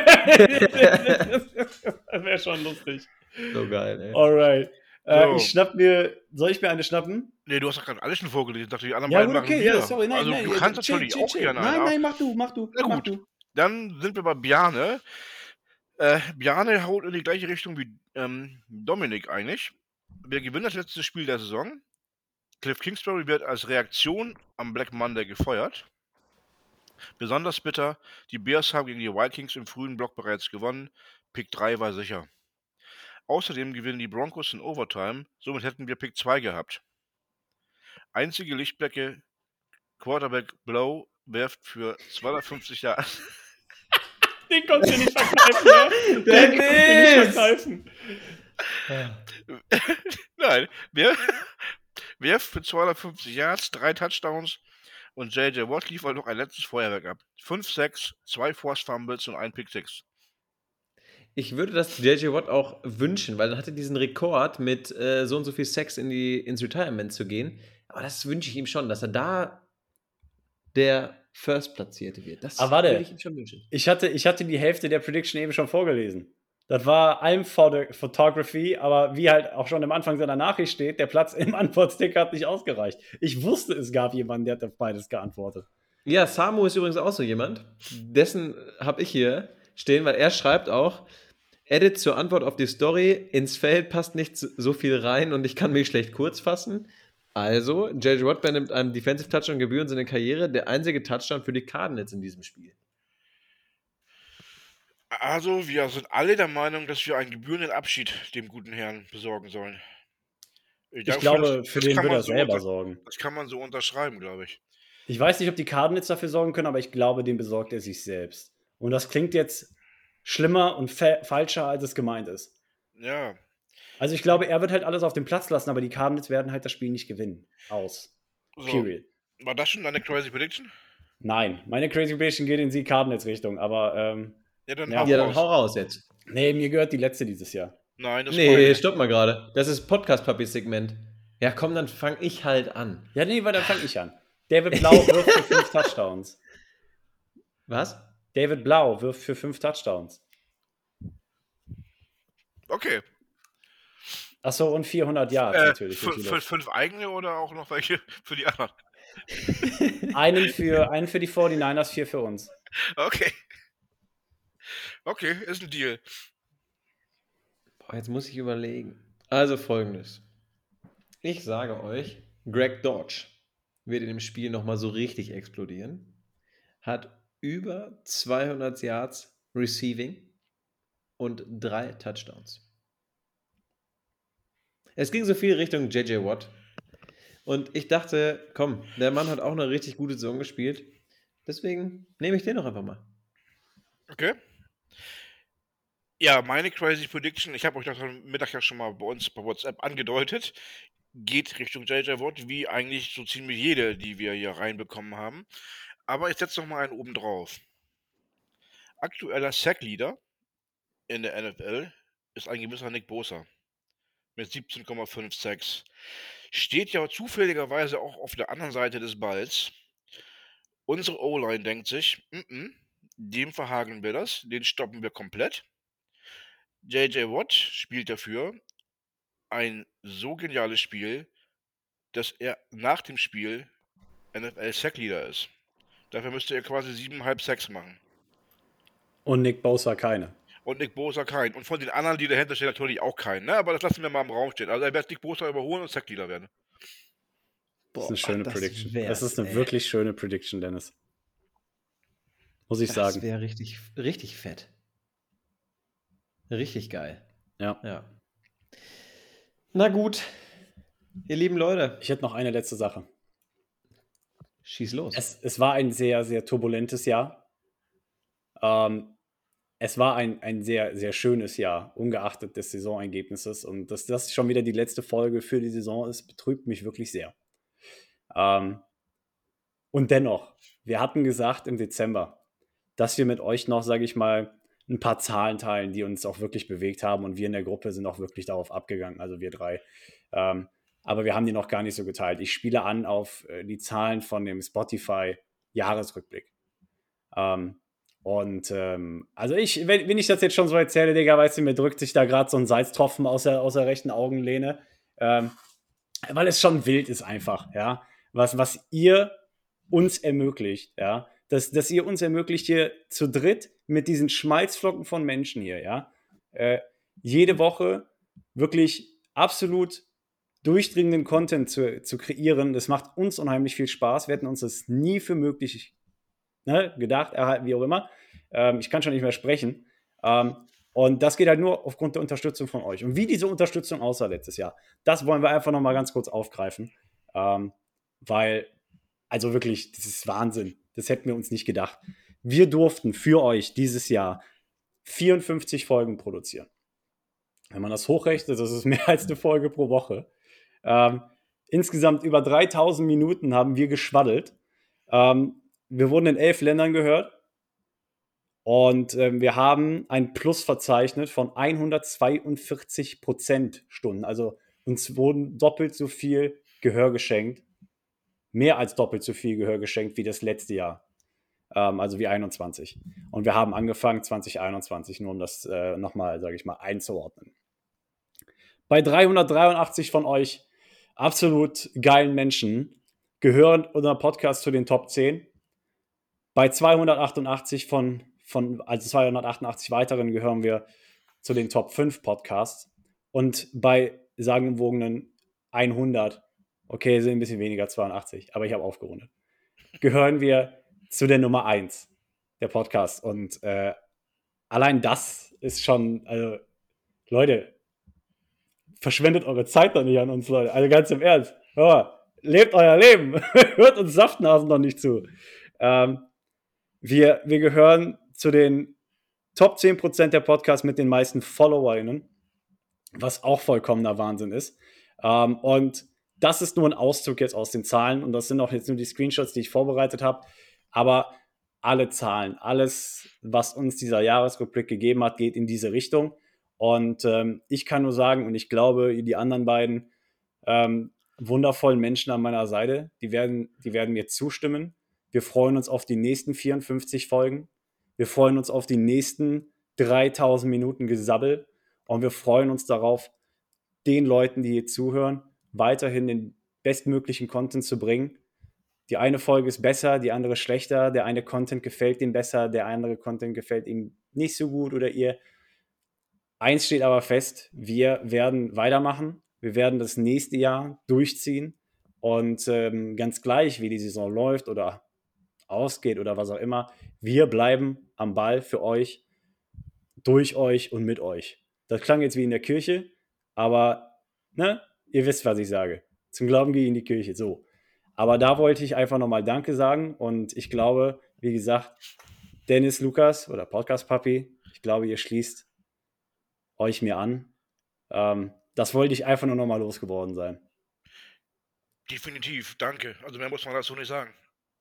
wäre schon lustig. So geil, ey. Alright. Äh, So. Ich schnapp mir, soll ich mir eine schnappen? Nee, du hast doch gerade alles schon vorgelesen. Ich dachte, die anderen Ja, beiden gut, machen okay, wir. ja, sorry, nein, also nein. du ja, kannst chill, natürlich chill, auch chill. gerne Nein, einen. nein, mach du, mach du. Na mach gut. du. Dann sind wir bei Bjarne. Äh, Bjarne haut in die gleiche Richtung wie ähm, Dominik eigentlich. Wir gewinnen das letzte Spiel der Saison. Cliff Kingsbury wird als Reaktion am Black Monday gefeuert. Besonders bitter, die Bears haben gegen die Vikings im frühen Block bereits gewonnen. Pick drei war sicher. Außerdem gewinnen die Broncos in Overtime, somit hätten wir Pick zwei gehabt. Einzige Lichtblicke, Quarterback Blow wirft für zweihundertfünfzig Jahre. Den konntest du nicht verkneifen, ne? Den konntest du nicht verkneifen. Nein, wer wirft für zweihundertfünfzig Yards, drei Touchdowns und J J Watt liefert noch ein letztes Feuerwerk ab. fünf Sacks, zwei Forced Fumbles und ein Pick six. Ich würde das J J Watt auch wünschen, weil dann hatte diesen Rekord mit äh, so und so viel Sex in die, ins Retirement zu gehen. Aber das wünsche ich ihm schon, dass er da der First-Platzierte wird. Das Aber warte. würde ich ihm schon wünschen. Ich hatte, ich hatte die Hälfte der Prediction eben schon vorgelesen. Das war I'm Photography, aber wie halt auch schon am Anfang seiner Nachricht steht, der Platz im Antwortsticker hat nicht ausgereicht. Ich wusste, es gab jemanden, der hat auf beides geantwortet. Ja, Samu ist übrigens auch so jemand. Dessen habe ich hier stehen, weil er schreibt auch, Edit zur Antwort auf die Story, ins Feld passt nicht so viel rein und ich kann mich schlecht kurz fassen. Also, J J Watt nimmt einem Defensive Touchdown gebühren seine Karriere, der einzige Touchdown für die Cardinals in diesem Spiel. Also, wir sind alle der Meinung, dass wir einen gebührenden Abschied dem guten Herrn besorgen sollen. Ich glaube, für den wird er selber sorgen. Das kann man so unterschreiben, glaube ich. Ich weiß nicht, ob die Cardinals dafür sorgen können, aber ich glaube, den besorgt er sich selbst. Und das klingt jetzt schlimmer und fa- falscher, als es gemeint ist. Ja. Also ich glaube, er wird halt alles auf den Platz lassen, aber die Cardinals werden halt das Spiel nicht gewinnen. Aus. So. Period. War das schon deine Crazy Prediction? Nein, meine Crazy Prediction geht in die Cardinals-Richtung, aber ähm, Ja, dann, Ja, hau, Ja, raus. dann hau raus jetzt. nee, mir gehört die letzte dieses Jahr. Nein, das Nee, war stopp mal gerade. Das ist Podcast-Papi-Segment. Ja, komm, dann fang ich halt an. Ja, nee, weil dann fange ich an. David Blau wirft für fünf Touchdowns. Was? David Blau wirft für fünf Touchdowns. Okay. Achso, und vierhundert Yards Äh, natürlich. durch fün- die fün- Luft. fünf eigene oder auch noch welche für die anderen? Einen für, einen für die forty-niners, vier für uns. Okay. Okay, ist ein Deal. Boah, jetzt muss ich überlegen. Also folgendes. Ich sage euch, Greg Dodge wird in dem Spiel nochmal so richtig explodieren. Hat über zweihundert Yards Receiving und drei Touchdowns. Es ging so viel Richtung J J Watt. Und ich dachte, komm, der Mann hat auch eine richtig gute Saison gespielt. Deswegen nehme ich den doch einfach mal. Okay. Ja, meine Crazy Prediction, ich habe euch das am Mittag ja schon mal bei uns bei WhatsApp angedeutet, geht Richtung J J Watt, wie eigentlich so ziemlich jede, die wir hier reinbekommen haben. Aber ich setze noch mal einen oben drauf. Aktueller Sack-Leader in der N F L ist ein gewisser Nick Bosa mit siebzehn Komma fünf Sacks. Steht ja zufälligerweise auch auf der anderen Seite des Balls. Unsere O-Line denkt sich, "Mm-mm, dem verhageln wir das, den stoppen wir komplett." J J Watt spielt dafür ein so geniales Spiel, dass er nach dem Spiel N F L Sack-Leader ist. Dafür müsste er quasi siebeneinhalb Sacks machen. Und Nick Bosa keine. Und Nick Bosa keinen. Und von den anderen, die dahinter stehen, natürlich auch keinen. Ne? Aber das lassen wir mal im Raum stehen. Also er wird Nick Bosa überholen und Sack-Leader werden. Das ist eine schöne das Prediction. wär's, Das ist eine ey. wirklich schöne Prediction, Dennis. Muss ich Das sagen. wäre richtig, richtig fett. Richtig geil. Ja. Ja. Na gut, ihr lieben Leute, Ich hätte noch eine letzte Sache. schieß los. Es, es war ein sehr, sehr turbulentes Jahr. Ähm, es war ein, ein sehr, sehr schönes Jahr, ungeachtet des Saisonergebnisses. Und dass das schon wieder die letzte Folge für die Saison ist, betrübt mich wirklich sehr. Ähm, und dennoch, wir hatten gesagt im Dezember, dass wir mit euch noch, sage ich mal, ein paar Zahlen teilen, die uns auch wirklich bewegt haben. Und wir in der Gruppe sind auch wirklich darauf abgegangen, also wir drei. Ähm, aber wir haben die noch gar nicht so geteilt. Ich spiele an auf äh, die Zahlen von dem Spotify-Jahresrückblick. Ähm, und ähm, also ich, wenn, wenn ich das jetzt schon so erzähle, Digga, weißt du, mir drückt sich da gerade so ein Salztropfen aus der, aus der rechten Augenlehne. Ähm, weil es schon wild ist einfach, ja. Was, was ihr uns ermöglicht, ja. Dass, dass ihr uns ermöglicht, hier zu dritt mit diesen Schmalzflocken von Menschen hier, ja. Äh, jede Woche wirklich absolut durchdringenden Content zu, zu kreieren. Das macht uns unheimlich viel Spaß. Wir hätten uns das nie für möglich ne, gedacht, erhalten, wie auch immer. Ähm, ich kann schon nicht mehr sprechen. Ähm, und das geht halt nur aufgrund der Unterstützung von euch. Und wie diese Unterstützung aussah letztes Jahr, das wollen wir einfach noch mal ganz kurz aufgreifen. Ähm, weil, also wirklich, das ist Wahnsinn. Das hätten wir uns nicht gedacht. Wir durften für euch dieses Jahr vierundfünfzig Folgen produzieren. Wenn man das hochrechnet, das ist mehr als eine Folge pro Woche. Ähm, insgesamt über dreitausend Minuten haben wir geschwaddelt. Ähm, wir wurden in elf Ländern gehört. Und ähm, wir haben ein Plus verzeichnet von hundertzweiundvierzig Prozentstunden. Also uns wurden doppelt so viel Gehör geschenkt. Mehr als doppelt so viel Gehör geschenkt wie das letzte Jahr. Ähm, also wie einundzwanzig. Und wir haben angefangen zwanzig einundzwanzig, nur um das äh, nochmal, sage ich mal, einzuordnen. Bei dreihundertdreiundachtzig von euch absolut geilen Menschen gehören unser Podcast zu den Top zehn. Bei zweihundertachtundachtzig von, von also zweihundertachtundachtzig weiteren gehören wir zu den Top fünf Podcasts. Und bei sagenumwogenen hundert, okay, sind ein bisschen weniger, zweiundachtzig, aber ich habe aufgerundet, gehören wir zu der Nummer eins der Podcasts. Und äh, allein das ist schon, also Leute, verschwendet eure Zeit doch nicht an uns, Leute. Also ganz im Ernst. Oh, lebt euer Leben. Hört uns Saftnasen noch nicht zu. Ähm, wir, wir gehören zu den Top zehn Prozent der Podcasts mit den meisten FollowerInnen, was auch vollkommener Wahnsinn ist. Ähm, und das ist nur ein Auszug jetzt aus den Zahlen und das sind auch jetzt nur die Screenshots, die ich vorbereitet habe. Aber alle Zahlen, alles, was uns dieser Jahresrückblick gegeben hat, geht in diese Richtung. Und ähm, ich kann nur sagen, und ich glaube, die anderen beiden ähm, wundervollen Menschen an meiner Seite, die werden, die werden mir zustimmen. Wir freuen uns auf die nächsten vierundfünfzig Folgen. Wir freuen uns auf die nächsten dreitausend Minuten Gesabbel. Und wir freuen uns darauf, den Leuten, die hier zuhören, weiterhin den bestmöglichen Content zu bringen. Die eine Folge ist besser, die andere schlechter. Der eine Content gefällt ihm besser, der andere Content gefällt ihm nicht so gut oder ihr. Eins steht aber fest, wir werden weitermachen. Wir werden das nächste Jahr durchziehen. Und ähm, ganz gleich, wie die Saison läuft oder ausgeht oder was auch immer, wir bleiben am Ball für euch, durch euch und mit euch. Das klang jetzt wie in der Kirche, aber ne, ihr wisst, was ich sage. Zum Glauben gehe ich in die Kirche, so. Aber da wollte ich einfach nochmal Danke sagen und ich glaube, wie gesagt, Dennis, Lukas oder Podcast Papi, ich glaube, ihr schließt euch mir an. Ähm, das wollte ich einfach nur nochmal losgeworden sein. Definitiv, danke. Also mehr muss man dazu nicht sagen.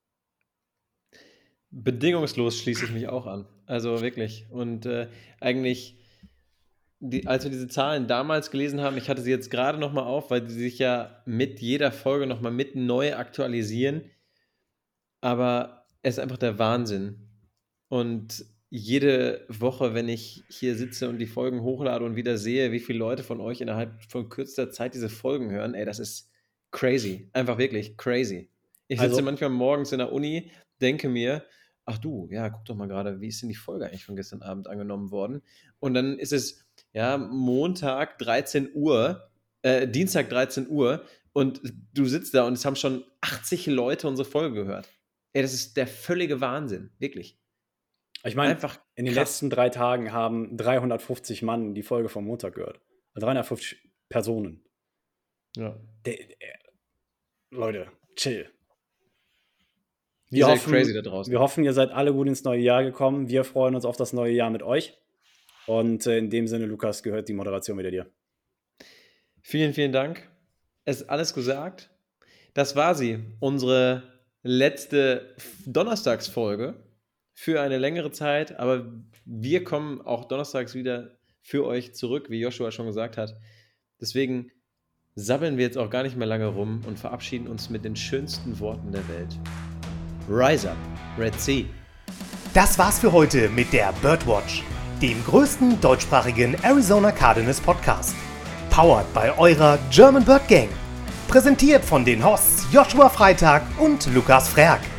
Bedingungslos schließe ich mich auch an. Also wirklich. Und äh, eigentlich, die, als wir diese Zahlen damals gelesen haben, ich hatte sie jetzt gerade nochmal auf, weil sie sich ja mit jeder Folge nochmal mit neu aktualisieren. Aber es ist einfach der Wahnsinn. Und jede Woche, wenn ich hier sitze und die Folgen hochlade und wieder sehe, wie viele Leute von euch innerhalb von kürzester Zeit diese Folgen hören, ey, das ist crazy. Einfach wirklich crazy. Ich sitze Also- manchmal morgens in der Uni, denke mir, ach du, ja, guck doch mal gerade, wie ist denn die Folge eigentlich von gestern Abend angenommen worden? Und dann ist es, ja, Montag dreizehn Uhr, äh, Dienstag dreizehn Uhr und du sitzt da und es haben schon achtzig Leute unsere Folge gehört. Ey, das ist der völlige Wahnsinn, wirklich. Ich meine, Einfach in den krass. letzten drei Tagen haben dreihundertfünfzig Mann die Folge vom Montag gehört. dreihundertfünfzig Personen. Ja. Der, der, Leute, chill. Ihr seid crazy da draußen. Wir hoffen, ihr seid alle gut ins neue Jahr gekommen. Wir freuen uns auf das neue Jahr mit euch. Und äh, in dem Sinne, Lukas, gehört die Moderation wieder dir. Vielen, vielen Dank. Es ist alles gesagt. Das war sie, unsere letzte Donnerstagsfolge für eine längere Zeit. Aber wir kommen auch donnerstags wieder für euch zurück, wie Joshua schon gesagt hat. Deswegen sabbeln wir jetzt auch gar nicht mehr lange rum und verabschieden uns mit den schönsten Worten der Welt. Rise up, Red Sea. Das war's für heute mit der Birdwatch, dem größten deutschsprachigen Arizona Cardinals Podcast. Powered bei eurer German Bird Gang. Präsentiert von den Hosts Joshua Freitag und Lukas Frerk.